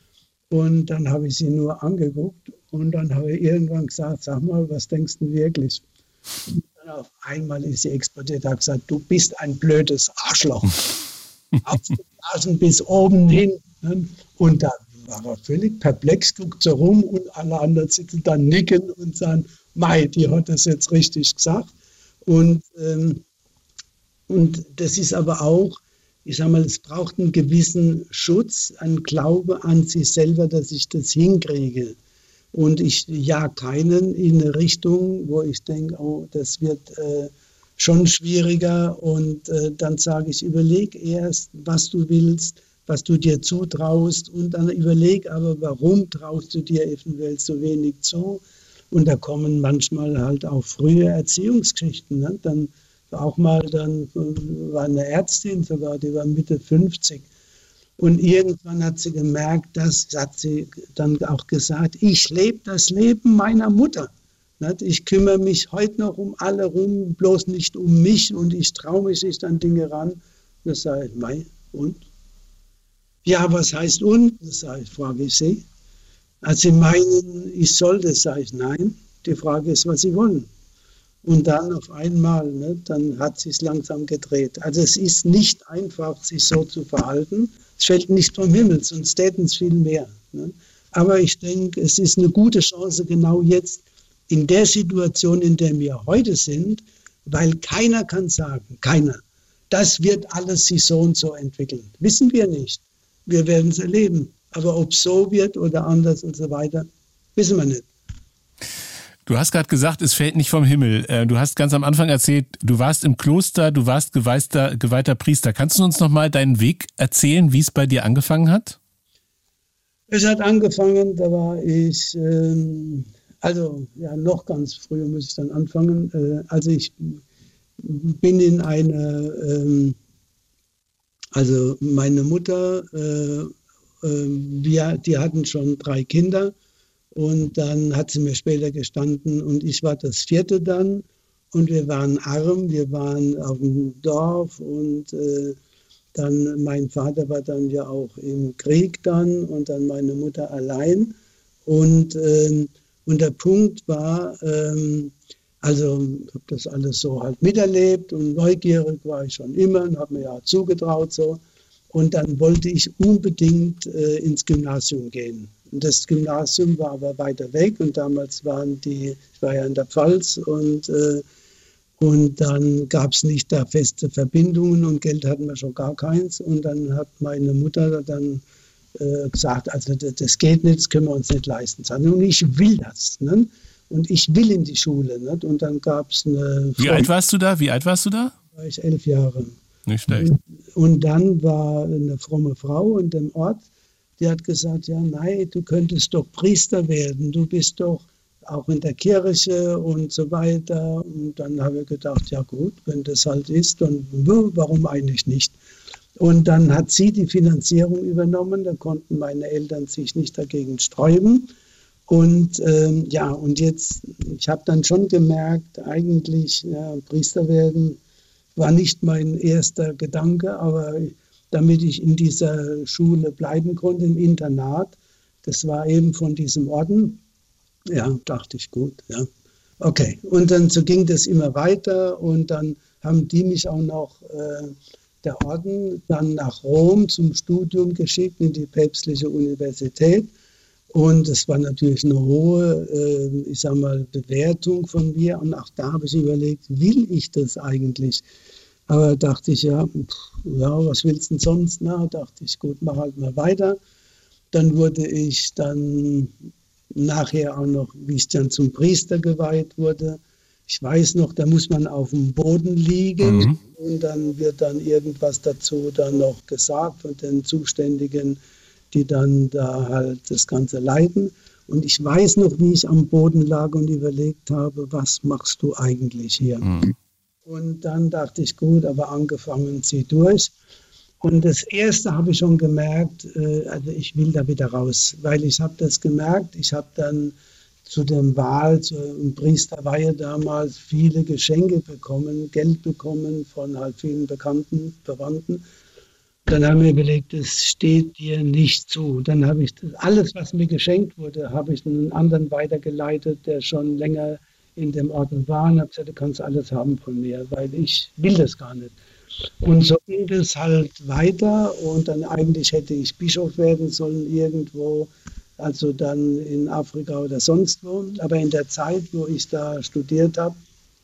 Und dann habe ich sie nur angeguckt und dann habe ich irgendwann gesagt, sag mal, was denkst du wirklich? Dann auf einmal ist sie explodiert, hat gesagt, du bist ein blödes Arschloch. Aufgeblasen bis oben hin. Ne? Und da war er völlig perplex, guckt so rum und alle anderen sitzen dann nicken und sagen, Mei, die hat das jetzt richtig gesagt. Und, ähm, und das ist aber auch, ich sage mal, es braucht einen gewissen Schutz, einen Glaube an sich selber, dass ich das hinkriege. Und ich jage keinen in eine Richtung, wo ich denke, oh, das wird äh, schon schwieriger. Und äh, dann sage ich, überleg erst, was du willst, was du dir zutraust. Und dann überleg aber, warum traust du dir eventuell so wenig zu. Und da kommen manchmal halt auch frühe Erziehungsgeschichten. Ne? Dann auch mal, dann war eine Ärztin sogar, die war Mitte fünfzig. Und irgendwann hat sie gemerkt, das hat sie dann auch gesagt, ich lebe das Leben meiner Mutter. Ich kümmere mich heute noch um alle rum, bloß nicht um mich und ich traue mich nicht an Dinge ran. Das sage ich, mei, und? Ja, was heißt und? Das sage ich, frage ich sie. Als sie meinen, ich soll das, sage ich, nein. Die Frage ist, was sie wollen. Und dann auf einmal, ne, dann hat sie es langsam gedreht. Also es ist nicht einfach, sich so zu verhalten. Es fällt nicht vom Himmel, sonst täten es viel mehr. Ne. Aber ich denke, es ist eine gute Chance, genau jetzt in der Situation, in der wir heute sind, weil keiner kann sagen, keiner, das wird alles sich so und so entwickeln. Wissen wir nicht. Wir werden es erleben. Aber ob es so wird oder anders und so weiter, wissen wir nicht. Du hast gerade gesagt, es fällt nicht vom Himmel. Du hast ganz am Anfang erzählt, du warst im Kloster, du warst geweihter, geweihter Priester. Kannst du uns noch mal deinen Weg erzählen, wie es bei dir angefangen hat? Es hat angefangen, da war ich, ähm, also ja, noch ganz früh muss ich dann anfangen. Äh, also ich bin in eine, ähm, also meine Mutter, äh, äh, wir, die hatten schon drei Kinder. Und dann hat sie mir später gestanden und ich war das vierte dann und wir waren arm, wir waren auf dem Dorf und äh, dann mein Vater war dann ja auch im Krieg dann und dann meine Mutter allein und, äh, und der Punkt war, äh, also ich habe das alles so halt miterlebt und neugierig war ich schon immer und habe mir ja zugetraut so und dann wollte ich unbedingt äh, ins Gymnasium gehen. Das Gymnasium war aber weiter weg und damals waren die, ich war ja in der Pfalz und, äh, und dann gab es nicht da feste Verbindungen und Geld hatten wir schon gar keins und dann hat meine Mutter dann äh, gesagt, also das, das geht nicht, das können wir uns nicht leisten. Und ich will das, ne? Und ich will in die Schule. Ne? Und dann gab es eine... Wie Frau, alt warst du da? Wie alt warst du da? War ich elf Jahre. Nicht schlecht. Und, und dann war eine fromme Frau in dem Ort, die hat gesagt, ja, nein, du könntest doch Priester werden, du bist doch auch in der Kirche und so weiter. Und dann habe ich gedacht, ja gut, wenn das halt ist, dann warum eigentlich nicht? Und dann hat sie die Finanzierung übernommen, da konnten meine Eltern sich nicht dagegen sträuben. Und ähm, ja, und jetzt, ich habe dann schon gemerkt, eigentlich ja, Priester werden war nicht mein erster Gedanke, aber damit ich in dieser Schule bleiben konnte, im Internat. Das war eben von diesem Orden. Ja, dachte ich, gut, ja. Okay, und dann so ging das immer weiter und dann haben die mich auch noch, äh, der Orden, dann nach Rom zum Studium geschickt, in die päpstliche Universität. Und es war natürlich eine hohe, äh, ich sag mal, Bewertung von mir. Und auch da habe ich überlegt, will ich das eigentlich? Aber dachte ich, ja, ja, was willst du denn sonst? Na, dachte ich, gut, mach halt mal weiter. Dann wurde ich dann nachher auch noch, wie ich dann zum Priester geweiht wurde. Ich weiß noch, da muss man auf dem Boden liegen mhm. und dann wird dann irgendwas dazu dann noch gesagt von den Zuständigen, die dann da halt das Ganze leiten. Und ich weiß noch, wie ich am Boden lag und überlegt habe, was machst du eigentlich hier? Mhm. Und dann dachte ich, gut, aber angefangen, zieh durch. Und das Erste habe ich schon gemerkt, äh, also ich will da wieder raus, weil ich habe das gemerkt, ich habe dann zu der Wahl, zum Priesterweihe damals viele Geschenke bekommen, Geld bekommen von halt vielen Bekannten, Verwandten. Dann haben wir überlegt, das steht dir nicht zu. Dann habe ich das, alles, was mir geschenkt wurde, habe ich einen anderen weitergeleitet, der schon länger in dem Ort war und habe gesagt, du kannst alles haben von mir, weil ich will das gar nicht. Und so ging es halt weiter und dann eigentlich hätte ich Bischof werden sollen irgendwo, also dann in Afrika oder sonst wo. Aber in der Zeit, wo ich da studiert habe,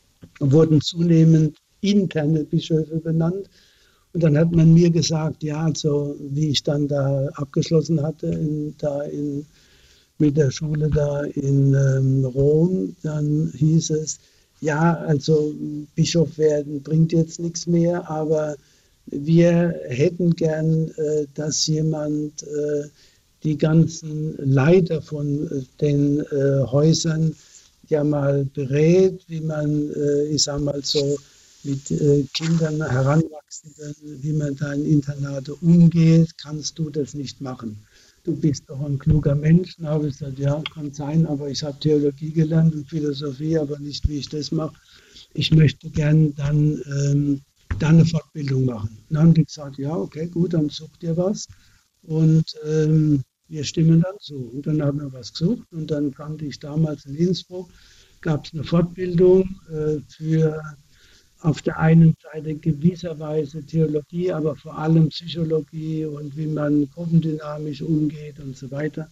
wurden zunehmend interne Bischöfe benannt. Und dann hat man mir gesagt, ja, also wie ich dann da abgeschlossen hatte, in, da in, mit der Schule da in ähm, Rom, dann hieß es, ja, also Bischof werden bringt jetzt nichts mehr, aber wir hätten gern, äh, dass jemand äh, die ganzen Leiter von äh, den äh, Häusern ja mal berät, wie man, äh, ich sag mal so, mit äh, Kindern, Heranwachsenden, wie man da in Internate umgeht, kannst du das nicht machen. Du bist doch ein kluger Mensch. Da habe ich gesagt, ja, kann sein, aber ich habe Theologie gelernt und Philosophie, aber nicht, wie ich das mache. Ich möchte gern dann, ähm, dann eine Fortbildung machen. Dann haben die gesagt, ja, okay, gut, dann such dir was und ähm, wir stimmen dann zu. Und dann haben wir was gesucht und dann fand ich damals in Innsbruck, gab es eine Fortbildung äh, für auf der einen Seite gewisserweise Theologie, aber vor allem Psychologie und wie man gruppendynamisch umgeht und so weiter.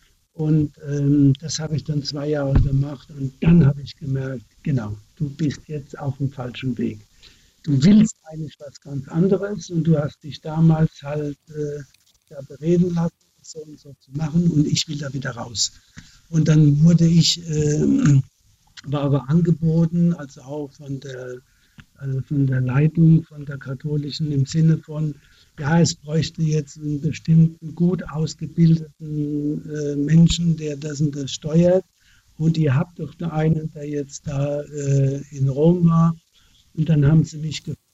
Und ähm, das habe ich dann zwei Jahre gemacht und dann habe ich gemerkt, genau, du bist jetzt auf dem falschen Weg. Du willst eigentlich was ganz anderes und du hast dich damals halt äh, ja, bereden lassen, so und so zu machen und ich will da wieder raus. Und dann wurde ich, äh, war aber angeboten, also auch von der also von der Leitung, von der katholischen im Sinne von, ja, es bräuchte jetzt einen bestimmten, gut ausgebildeten äh, Menschen, der das und das steuert. Und ihr habt doch da einen, der jetzt da äh, in Rom war. Und dann haben sie mich gefragt,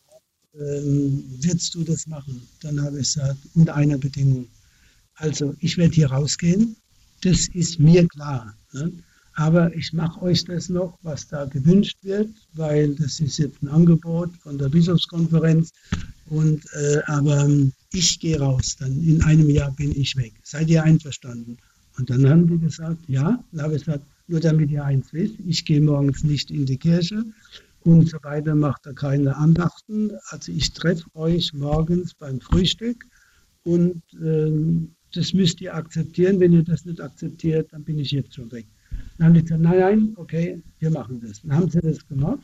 ähm, willst du das machen? Dann habe ich gesagt, unter einer Bedingung. Also ich werde hier rausgehen, das ist mir klar. Ne? Aber ich mache euch das noch, was da gewünscht wird, weil das ist jetzt ein Angebot von der Bischofskonferenz. Und, äh, aber ich gehe raus, dann in einem Jahr bin ich weg. Seid ihr einverstanden? Und dann haben die gesagt, ja. Dann habe ich gesagt, nur damit ihr eins wisst, ich gehe morgens nicht in die Kirche und so weiter, macht da keine Andachten. Also ich treffe euch morgens beim Frühstück und äh, das müsst ihr akzeptieren. Wenn ihr das nicht akzeptiert, dann bin ich jetzt schon weg. Dann haben die gesagt, nein, nein, okay, wir machen das. Dann haben sie das gemacht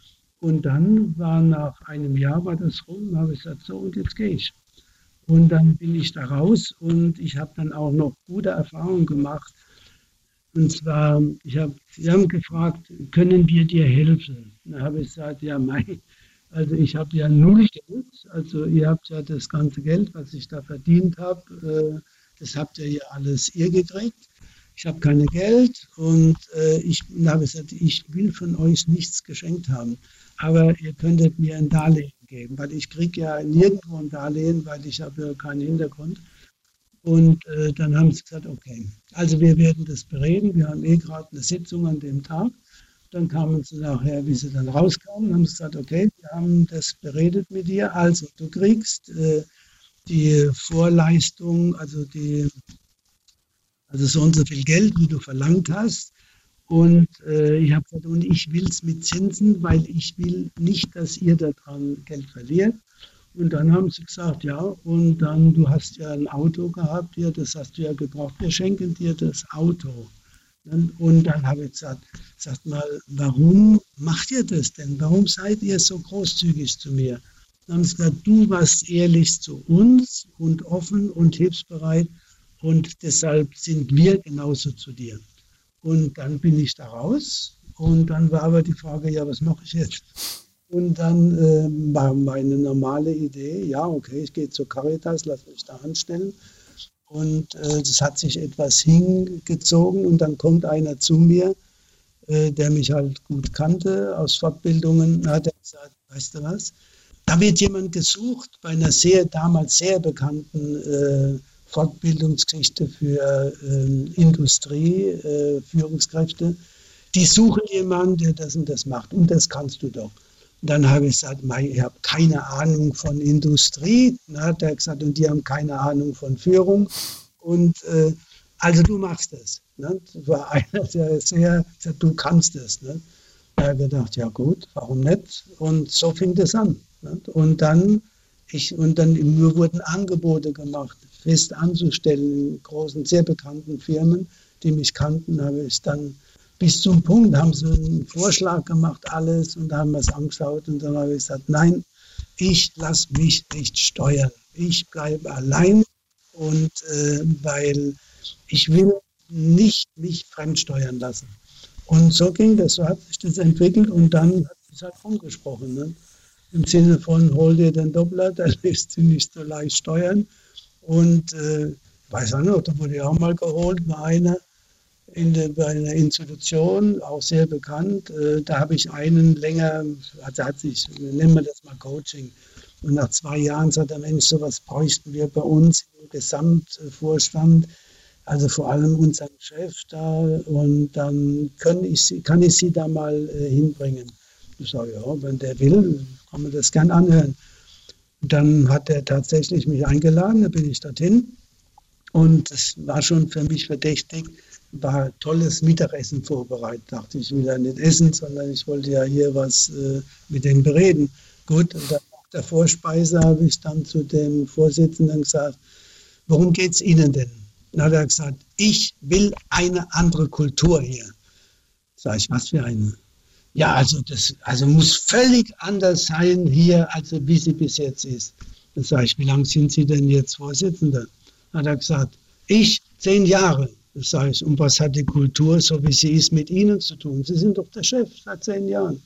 und dann war nach einem Jahr war das rum, dann habe ich gesagt, so und jetzt gehe ich. Und dann bin ich da raus und ich habe dann auch noch gute Erfahrungen gemacht. Und zwar, ich hab, sie haben gefragt, können wir dir helfen? Dann habe ich gesagt, ja, mein, also ich habe ja null Geld, also ihr habt ja das ganze Geld, was ich da verdient habe, äh, das habt ihr ja alles ihr gekriegt. Ich habe kein Geld und äh, ich habe gesagt, ich will von euch nichts geschenkt haben, aber ihr könntet mir ein Darlehen geben, weil ich kriege ja nirgendwo ein Darlehen, weil ich habe ja keinen Hintergrund. Und äh, dann haben sie gesagt, okay, also wir werden das bereden, wir haben eh gerade eine Sitzung an dem Tag. Dann kamen sie nachher, wie sie dann rauskamen, haben sie gesagt, okay, wir haben das beredet mit dir, also du kriegst äh, die Vorleistung, also die Also so und so viel Geld, wie du verlangt hast. Und äh, ich habe gesagt, und ich will es mit Zinsen, weil ich will nicht, dass ihr daran Geld verliert. Und dann haben sie gesagt, ja, und dann, du hast ja ein Auto gehabt, ja, das hast du ja gebraucht, wir schenken dir das Auto. Und dann habe ich gesagt, sagt mal, warum macht ihr das denn? Warum seid ihr so großzügig zu mir? Dann haben sie gesagt, du warst ehrlich zu uns und offen und hilfsbereit. Und deshalb sind wir genauso zu dir. Und dann bin ich da raus. Und dann war aber die Frage, ja, was mache ich jetzt? Und dann äh, war meine normale Idee, ja, okay, ich gehe zur Caritas, lass mich da anstellen. Und äh, das hat sich etwas hingezogen. Und dann kommt einer zu mir, äh, der mich halt gut kannte aus Fortbildungen. Da hat er gesagt, weißt du was, da wird jemand gesucht bei einer sehr, damals sehr bekannten äh, Fortbildungsgeschichte für äh, Industrie, äh, Führungskräfte. Die suchen jemanden, der das und das macht. Und das kannst du doch. Und dann habe ich gesagt, ich habe keine Ahnung von Industrie. Dann hat er gesagt, und die haben keine Ahnung von Führung. Und äh, also du machst es. Ne? Das war einer, der sehr gesagt, du kannst es. Ne? Da habe ich gedacht, ja gut, warum nicht? Und so fing das an. Nicht? Und dann, ich, und dann mir wurden Angebote gemacht, fest anzustellen in großen, sehr bekannten Firmen, die mich kannten, habe ich dann bis zum Punkt, haben sie einen Vorschlag gemacht, alles, und da haben wir es angeschaut und dann habe ich gesagt, nein, ich lasse mich nicht steuern. Ich bleibe allein und äh, weil ich will nicht mich fremdsteuern lassen. Und so ging das, so hat sich das entwickelt und dann hat es halt rumgesprochen. Ne? Im Sinne von, hol dir den Doppler, der lässt sich nicht so leicht steuern. Und äh, ich weiß auch noch, da wurde ich auch mal geholt bei einer, in der, bei einer Institution, auch sehr bekannt. Äh, da habe ich einen länger, also hat sich, nennen wir das mal Coaching. Und nach zwei Jahren sagt der Mensch, sowas bräuchten wir bei uns im Gesamtvorstand. Also vor allem unseren Chef da, und dann kann ich sie, kann ich sie da mal äh, hinbringen. Ich sage, ja, wenn der will, kann man das gern anhören. Und dann hat er tatsächlich mich eingeladen, da bin ich dorthin. Und es war schon für mich verdächtig, war tolles Mittagessen vorbereitet. Dachte ich, will ja nicht essen, sondern ich wollte ja hier was äh, mit denen bereden. Gut, und dann nach der Vorspeise habe ich dann zu dem Vorsitzenden gesagt, worum geht es Ihnen denn? Dann hat er gesagt, ich will eine andere Kultur hier. Sag ich, was für eine? Ja, also das also muss völlig anders sein hier, als wie sie bis jetzt ist. Dann sage ich, wie lange sind Sie denn jetzt Vorsitzender? Dann hat er gesagt, ich zehn Jahre. Das sage ich, und was hat die Kultur, so wie sie ist, mit Ihnen zu tun? Sie sind doch der Chef seit zehn Jahren.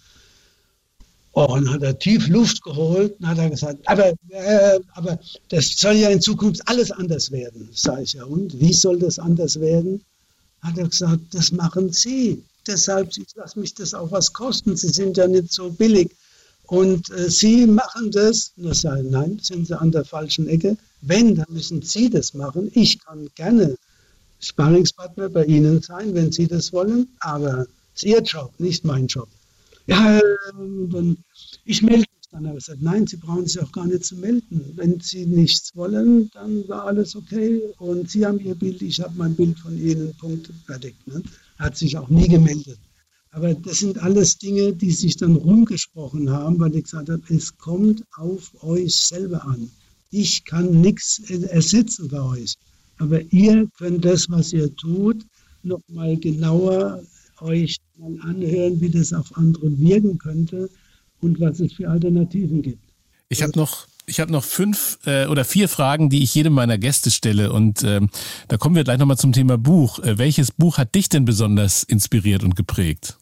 Oh, und dann hat er tief Luft geholt und hat er gesagt, aber, äh, aber das soll ja in Zukunft alles anders werden. Sag ich, ja, und wie soll das anders werden? Hat er gesagt, das machen Sie. Deshalb, ich lasse mich das auch was kosten. Sie sind ja nicht so billig. Und äh, Sie machen das. Und ich sage, nein, sind Sie an der falschen Ecke. Wenn, dann müssen Sie das machen. Ich kann gerne Sparringspartner bei Ihnen sein, wenn Sie das wollen, aber es ist Ihr Job, nicht mein Job. Ja, dann, ich melde mich dann. Aber ich sage, nein, Sie brauchen sich auch gar nicht zu melden. Wenn Sie nichts wollen, dann war alles okay. Und Sie haben Ihr Bild, ich habe mein Bild von Ihnen, Punkt, fertig. Ne? Hat sich auch nie gemeldet. Aber das sind alles Dinge, die sich dann rumgesprochen haben, weil ich gesagt habe, es kommt auf euch selber an. Ich kann nichts ersetzen bei euch. Aber ihr könnt das, was ihr tut, nochmal genauer euch mal anhören, wie das auf andere wirken könnte und was es für Alternativen gibt. Ich habe noch, ich habe noch fünf äh, oder vier Fragen, die ich jedem meiner Gäste stelle. Und ähm, da kommen wir gleich nochmal zum Thema Buch. Äh, welches Buch hat dich denn besonders inspiriert und geprägt?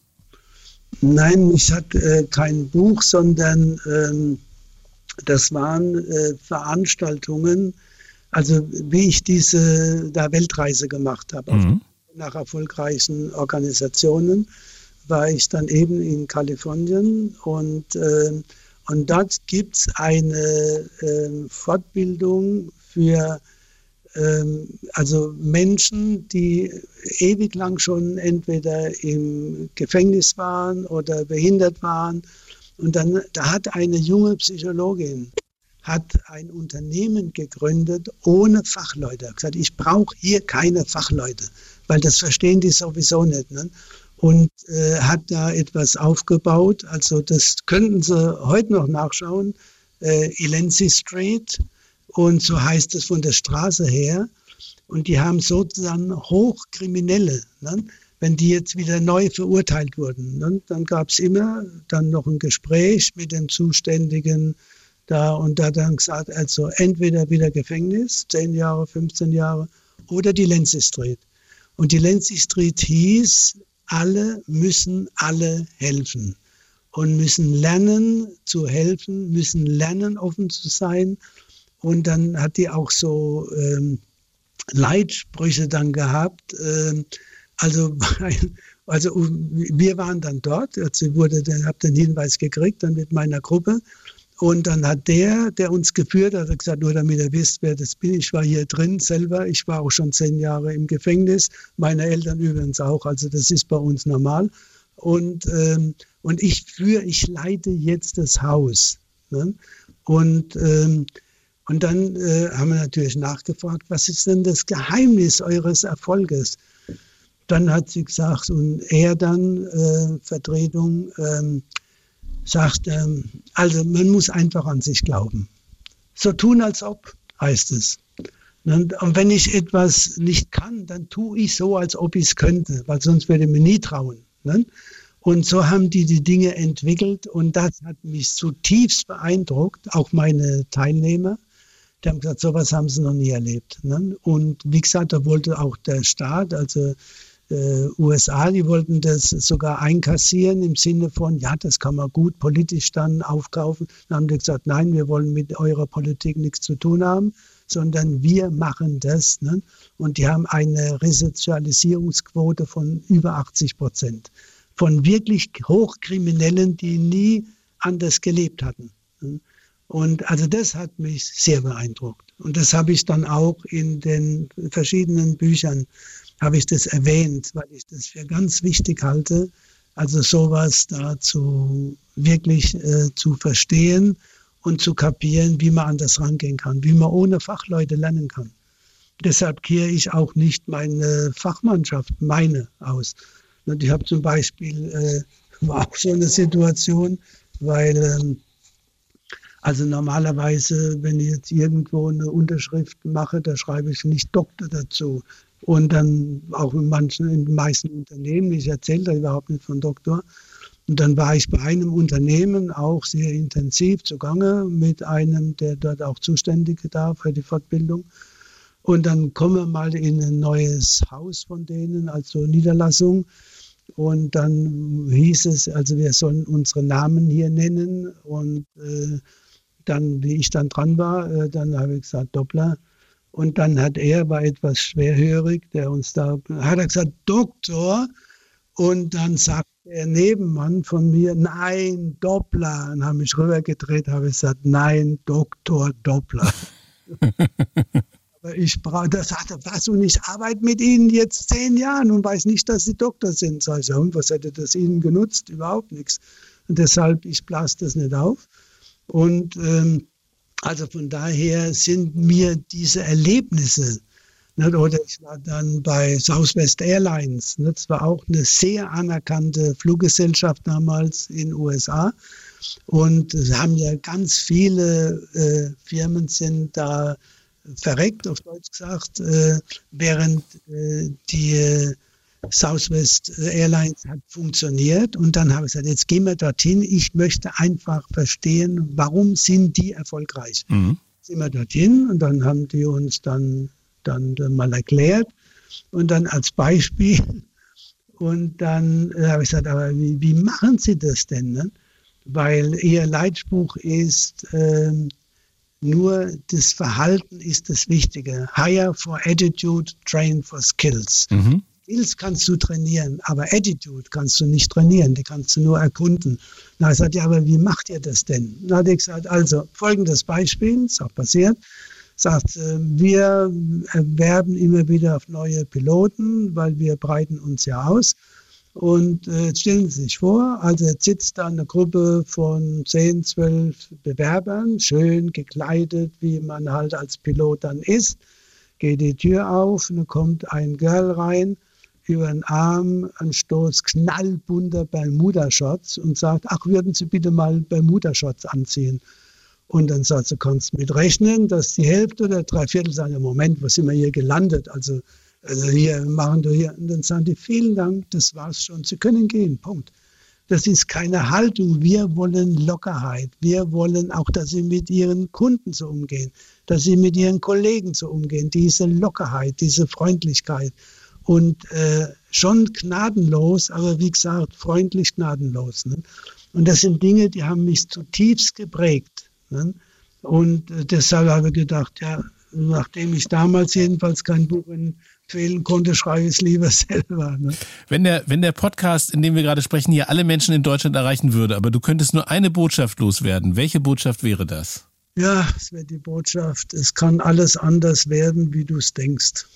Nein, ich hatte äh, kein Buch, sondern ähm, das waren äh, Veranstaltungen, also wie ich diese da Weltreise gemacht habe. Mhm. Nach erfolgreichen Organisationen war ich dann eben in Kalifornien und, äh, und dort gibt es eine äh, Fortbildung für äh, also Menschen, die ewig lang schon entweder im Gefängnis waren oder behindert waren. Und dann da hat eine junge Psychologin hat ein Unternehmen gegründet ohne Fachleute. Hat gesagt, ich brauche hier keine Fachleute, weil das verstehen die sowieso nicht. Ne? Und äh, hat da etwas aufgebaut. Also das könnten Sie heute noch nachschauen. Äh, Ilensi Street und so heißt es von der Straße her. Und die haben sozusagen Hochkriminelle. Ne? Wenn die jetzt wieder neu verurteilt wurden, ne? Dann gab es immer dann noch ein Gespräch mit den Zuständigen da und da dann gesagt, also entweder wieder Gefängnis, zehn Jahre, fünfzehn Jahre, oder die Ilensi Street. Und die Ilensi Street hieß, alle müssen alle helfen und müssen lernen zu helfen, müssen lernen offen zu sein. Und dann hat die auch so ähm, Leitsprüche dann gehabt. Ähm, also, also wir waren dann dort, also wurde, ich habe den Hinweis gekriegt, dann mit meiner Gruppe. Und dann hat der, der uns geführt hat, hat gesagt, nur damit ihr wisst, wer das bin. Ich war hier drin selber. Ich war auch schon zehn Jahre im Gefängnis. Meine Eltern übrigens auch. Also das ist bei uns normal. Und, ähm, und ich führe, ich leite jetzt das Haus. Ne? Und, ähm, und dann äh, haben wir natürlich nachgefragt, was ist denn das Geheimnis eures Erfolges? Dann hat sie gesagt, und er dann, äh, Vertretung, ähm, sagt, ähm, also man muss einfach an sich glauben. So tun, als ob, heißt es. Und wenn ich etwas nicht kann, dann tue ich so, als ob ich es könnte, weil sonst würde ich mir nie trauen. Und so haben die die Dinge entwickelt und das hat mich zutiefst beeindruckt, auch meine Teilnehmer. Die haben gesagt, sowas haben sie noch nie erlebt. Und wie gesagt, da wollte auch der Staat, also äh, U S A, die wollten das sogar einkassieren im Sinne von, ja, das kann man gut politisch dann aufkaufen. Dann haben die gesagt, nein, wir wollen mit eurer Politik nichts zu tun haben, sondern wir machen das. Ne? Und die haben eine Resozialisierungsquote von über achtzig Prozent. Von wirklich Hochkriminellen, die nie anders gelebt hatten. Ne? Und also das hat mich sehr beeindruckt. Und das habe ich dann auch in den verschiedenen Büchern, habe ich das erwähnt, weil ich das für ganz wichtig halte, also sowas da zu, wirklich äh, zu verstehen und zu kapieren, wie man an das rangehen kann, wie man ohne Fachleute lernen kann. Deshalb kehre ich auch nicht meine Fachmannschaft, meine, aus. Und ich habe zum Beispiel, äh, war auch so eine Situation, weil, ähm, also normalerweise, wenn ich jetzt irgendwo eine Unterschrift mache, da schreibe ich nicht Doktor dazu. Und dann auch in manchen, in den meisten Unternehmen, ich erzähle da überhaupt nicht von Doktor. Und dann war ich bei einem Unternehmen auch sehr intensiv zugange mit einem, der dort auch zuständig war für die Fortbildung. Und dann kommen wir mal in ein neues Haus von denen, also Niederlassung. Und dann hieß es, also wir sollen unsere Namen hier nennen. Und äh, dann, wie ich dann dran war, äh, dann habe ich gesagt, Doppler. Und dann hat er, war etwas schwerhörig, der uns da, hat er gesagt, Doktor. Und dann sagt der Nebenmann von mir, nein, Doppler. Und habe mich rübergedreht, habe gesagt, nein, Doktor Doppler. Aber ich brauche, das sagte, was, und ich arbeite mit Ihnen jetzt zehn Jahre und weiß nicht, dass Sie Doktor sind. Sag ich, ja, und was hätte das Ihnen genutzt? Überhaupt nichts. Und deshalb, ich blase das nicht auf. Und ähm, also von daher sind mir diese Erlebnisse, nicht? Oder ich war dann bei Southwest Airlines, nicht? Das war auch eine sehr anerkannte Fluggesellschaft damals in den U S A. Und es haben ja ganz viele äh, Firmen sind da verreckt, auf Deutsch gesagt, äh, während äh, die Southwest Airlines hat funktioniert. Und dann habe ich gesagt, jetzt gehen wir dorthin. Ich möchte einfach verstehen, warum sind die erfolgreich. Mhm. Sind wir dorthin und dann haben die uns dann, dann mal erklärt. Und dann als Beispiel. Und dann habe ich gesagt, aber wie, wie machen Sie das denn? Ne? Weil Ihr Leitspruch ist, äh, nur das Verhalten ist das Wichtige. Hire for attitude, train for skills. Mhm. Skills kannst du trainieren, aber Attitude kannst du nicht trainieren, die kannst du nur erkunden. Na, ich sagte, ja, aber wie macht ihr das denn? Na, hat er gesagt, also folgendes Beispiel, ist auch passiert, sagt, wir werben immer wieder auf neue Piloten, weil wir breiten uns ja aus. Und äh, jetzt stellen Sie sich vor, also jetzt sitzt da eine Gruppe von zehn, zwölf Bewerbern, schön gekleidet, wie man halt als Pilot dann ist, geht die Tür auf und dann kommt ein Girl rein, über den Arm, ein Stoß knallbunter Bermuda-Shorts und sagt, ach, würden Sie bitte mal Bermuda-Shorts anziehen? Und dann sagt sie, kannst du mit rechnen, dass die Hälfte oder drei Viertel sagen, im Moment, wo sind wir hier gelandet? Also, also hier machen wir hier. Und dann sagen die, vielen Dank, das war's schon, Sie können gehen, Punkt. Das ist keine Haltung. Wir wollen Lockerheit. Wir wollen auch, dass Sie mit Ihren Kunden so umgehen, dass Sie mit Ihren Kollegen so umgehen. Diese Lockerheit, diese Freundlichkeit. Und äh, schon gnadenlos, aber wie gesagt, freundlich gnadenlos. Ne? Und das sind Dinge, die haben mich zutiefst geprägt. Ne? Und äh, deshalb habe ich gedacht, ja, nachdem ich damals jedenfalls kein Buch empfehlen konnte, schreibe ich es lieber selber. Ne? Wenn der, wenn der Podcast, in dem wir gerade sprechen, hier alle Menschen in Deutschland erreichen würde, aber du könntest nur eine Botschaft loswerden, welche Botschaft wäre das? Ja, es wäre die Botschaft, es kann alles anders werden, wie du es denkst.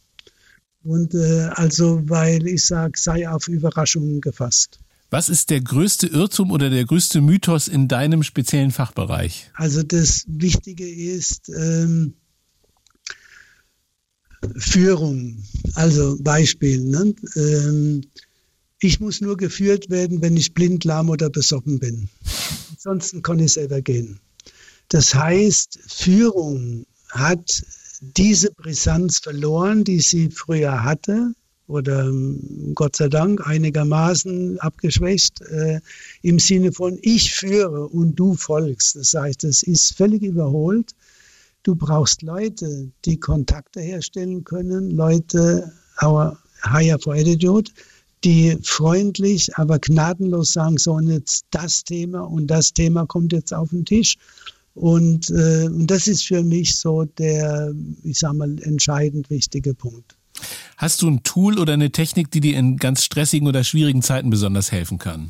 Und äh, also, weil ich sage, sei auf Überraschungen gefasst. Was ist der größte Irrtum oder der größte Mythos in deinem speziellen Fachbereich? Also das Wichtige ist, ähm, Führung, also Beispiel, ne? ähm, ich muss nur geführt werden, wenn ich blind, lahm oder besoffen bin. Ansonsten kann ich selber gehen. Das heißt, Führung hat diese Brisanz verloren, die sie früher hatte, oder Gott sei Dank einigermaßen abgeschwächt, äh, im Sinne von ich führe und du folgst. Das heißt, es ist völlig überholt. Du brauchst Leute, die Kontakte herstellen können, Leute, our hire for attitude, die freundlich, aber gnadenlos sagen, so und jetzt das Thema und das Thema kommt jetzt auf den Tisch. Und, äh, und das ist für mich so der, ich sag mal, entscheidend wichtige Punkt. Hast du ein Tool oder eine Technik, die dir in ganz stressigen oder schwierigen Zeiten besonders helfen kann?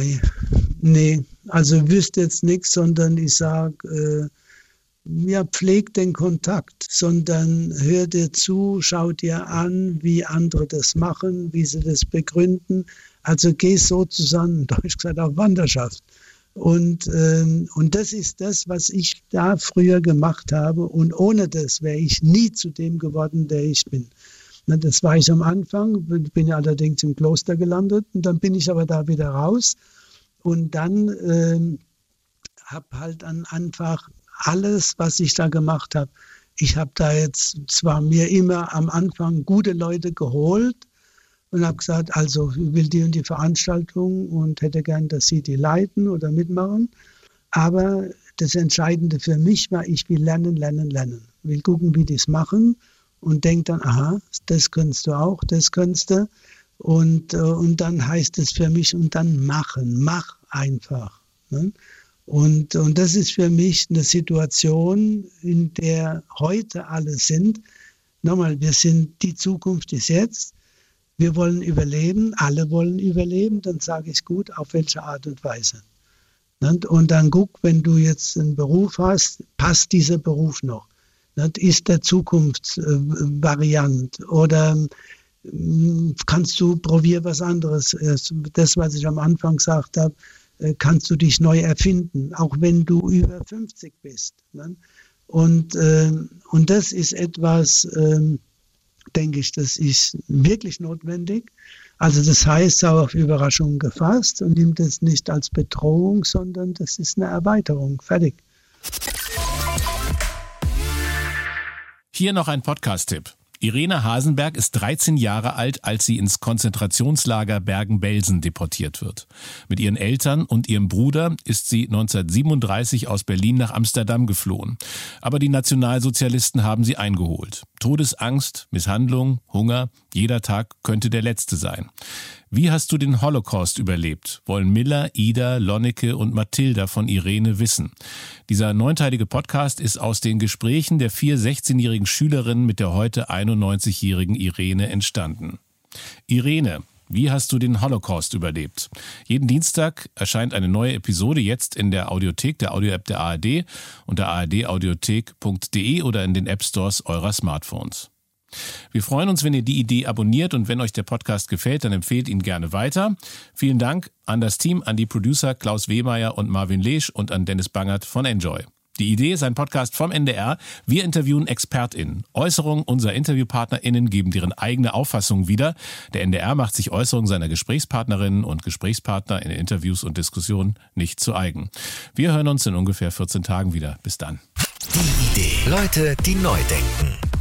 Nee, also ich wüsste jetzt nichts, sondern ich sage, äh, ja, pfleg den Kontakt, sondern hör dir zu, schau dir an, wie andere das machen, wie sie das begründen. Also geh so zusammen, deutsch gesagt, auf Wanderschaft. Und, ähm, und das ist das, was ich da früher gemacht habe. Und ohne das wäre ich nie zu dem geworden, der ich bin. Na, das war ich am Anfang, bin ja allerdings im Kloster gelandet. Und dann bin ich aber da wieder raus. Und dann ähm, habe halt dann einfach alles, was ich da gemacht habe. Ich habe da jetzt zwar mir immer am Anfang gute Leute geholt und habe gesagt, also ich will die und die Veranstaltung und hätte gern, dass sie die leiten oder mitmachen. Aber das Entscheidende für mich war, ich will lernen, lernen, lernen. Ich will gucken, wie die es machen und denke dann, aha, das kannst du auch, das kannst du. Und, und dann heißt es für mich, und dann machen, mach einfach. Ne? Und, und das ist für mich eine Situation, in der heute alle sind. Nochmal, wir sind, die Zukunft ist jetzt. Wir wollen überleben, alle wollen überleben. Dann sage ich, gut, auf welche Art und Weise. Und dann guck, wenn du jetzt einen Beruf hast, passt dieser Beruf noch? Ist der Zukunftsvariant? Oder kannst du, probier was anderes? Das, was ich am Anfang gesagt habe, kannst du dich neu erfinden, auch wenn du über fünfzig bist. Ne? Und, äh, und das ist etwas, äh, denke ich, das ist wirklich notwendig. Also das heißt, auch auf Überraschungen gefasst und nimmt es nicht als Bedrohung, sondern das ist eine Erweiterung. Fertig. Hier noch ein Podcast-Tipp. Irene Hasenberg ist dreizehn Jahre alt, als sie ins Konzentrationslager Bergen-Belsen deportiert wird. Mit ihren Eltern und ihrem Bruder ist sie neunzehnhundertsiebenunddreißig aus Berlin nach Amsterdam geflohen. Aber die Nationalsozialisten haben sie eingeholt. Todesangst, Misshandlung, Hunger, jeder Tag könnte der letzte sein. Wie hast du den Holocaust überlebt, wollen Miller, Ida, Lonneke und Mathilda von Irene wissen. Dieser neunteilige Podcast ist aus den Gesprächen der vier sechzehnjährigen Schülerinnen mit der heute einundneunzigjährigen Irene entstanden. Irene, wie hast du den Holocaust überlebt? Jeden Dienstag erscheint eine neue Episode jetzt in der Audiothek, der Audio-App der A R D, unter a r d audiothek punkt d e oder in den App-Stores eurer Smartphones. Wir freuen uns, wenn ihr die Idee abonniert und wenn euch der Podcast gefällt, dann empfehlt ihn gerne weiter. Vielen Dank an das Team, an die Producer Klaus Wehmeier und Marvin Lesch und an Dennis Bangert von Enjoy. Die Idee ist ein Podcast vom N D R. Wir interviewen ExpertInnen. Äußerungen unserer InterviewpartnerInnen geben deren eigene Auffassung wieder. Der N D R macht sich Äußerungen seiner Gesprächspartnerinnen und Gesprächspartner in Interviews und Diskussionen nicht zu eigen. Wir hören uns in ungefähr vierzehn Tagen wieder. Bis dann. Die Idee. Leute, die neu denken.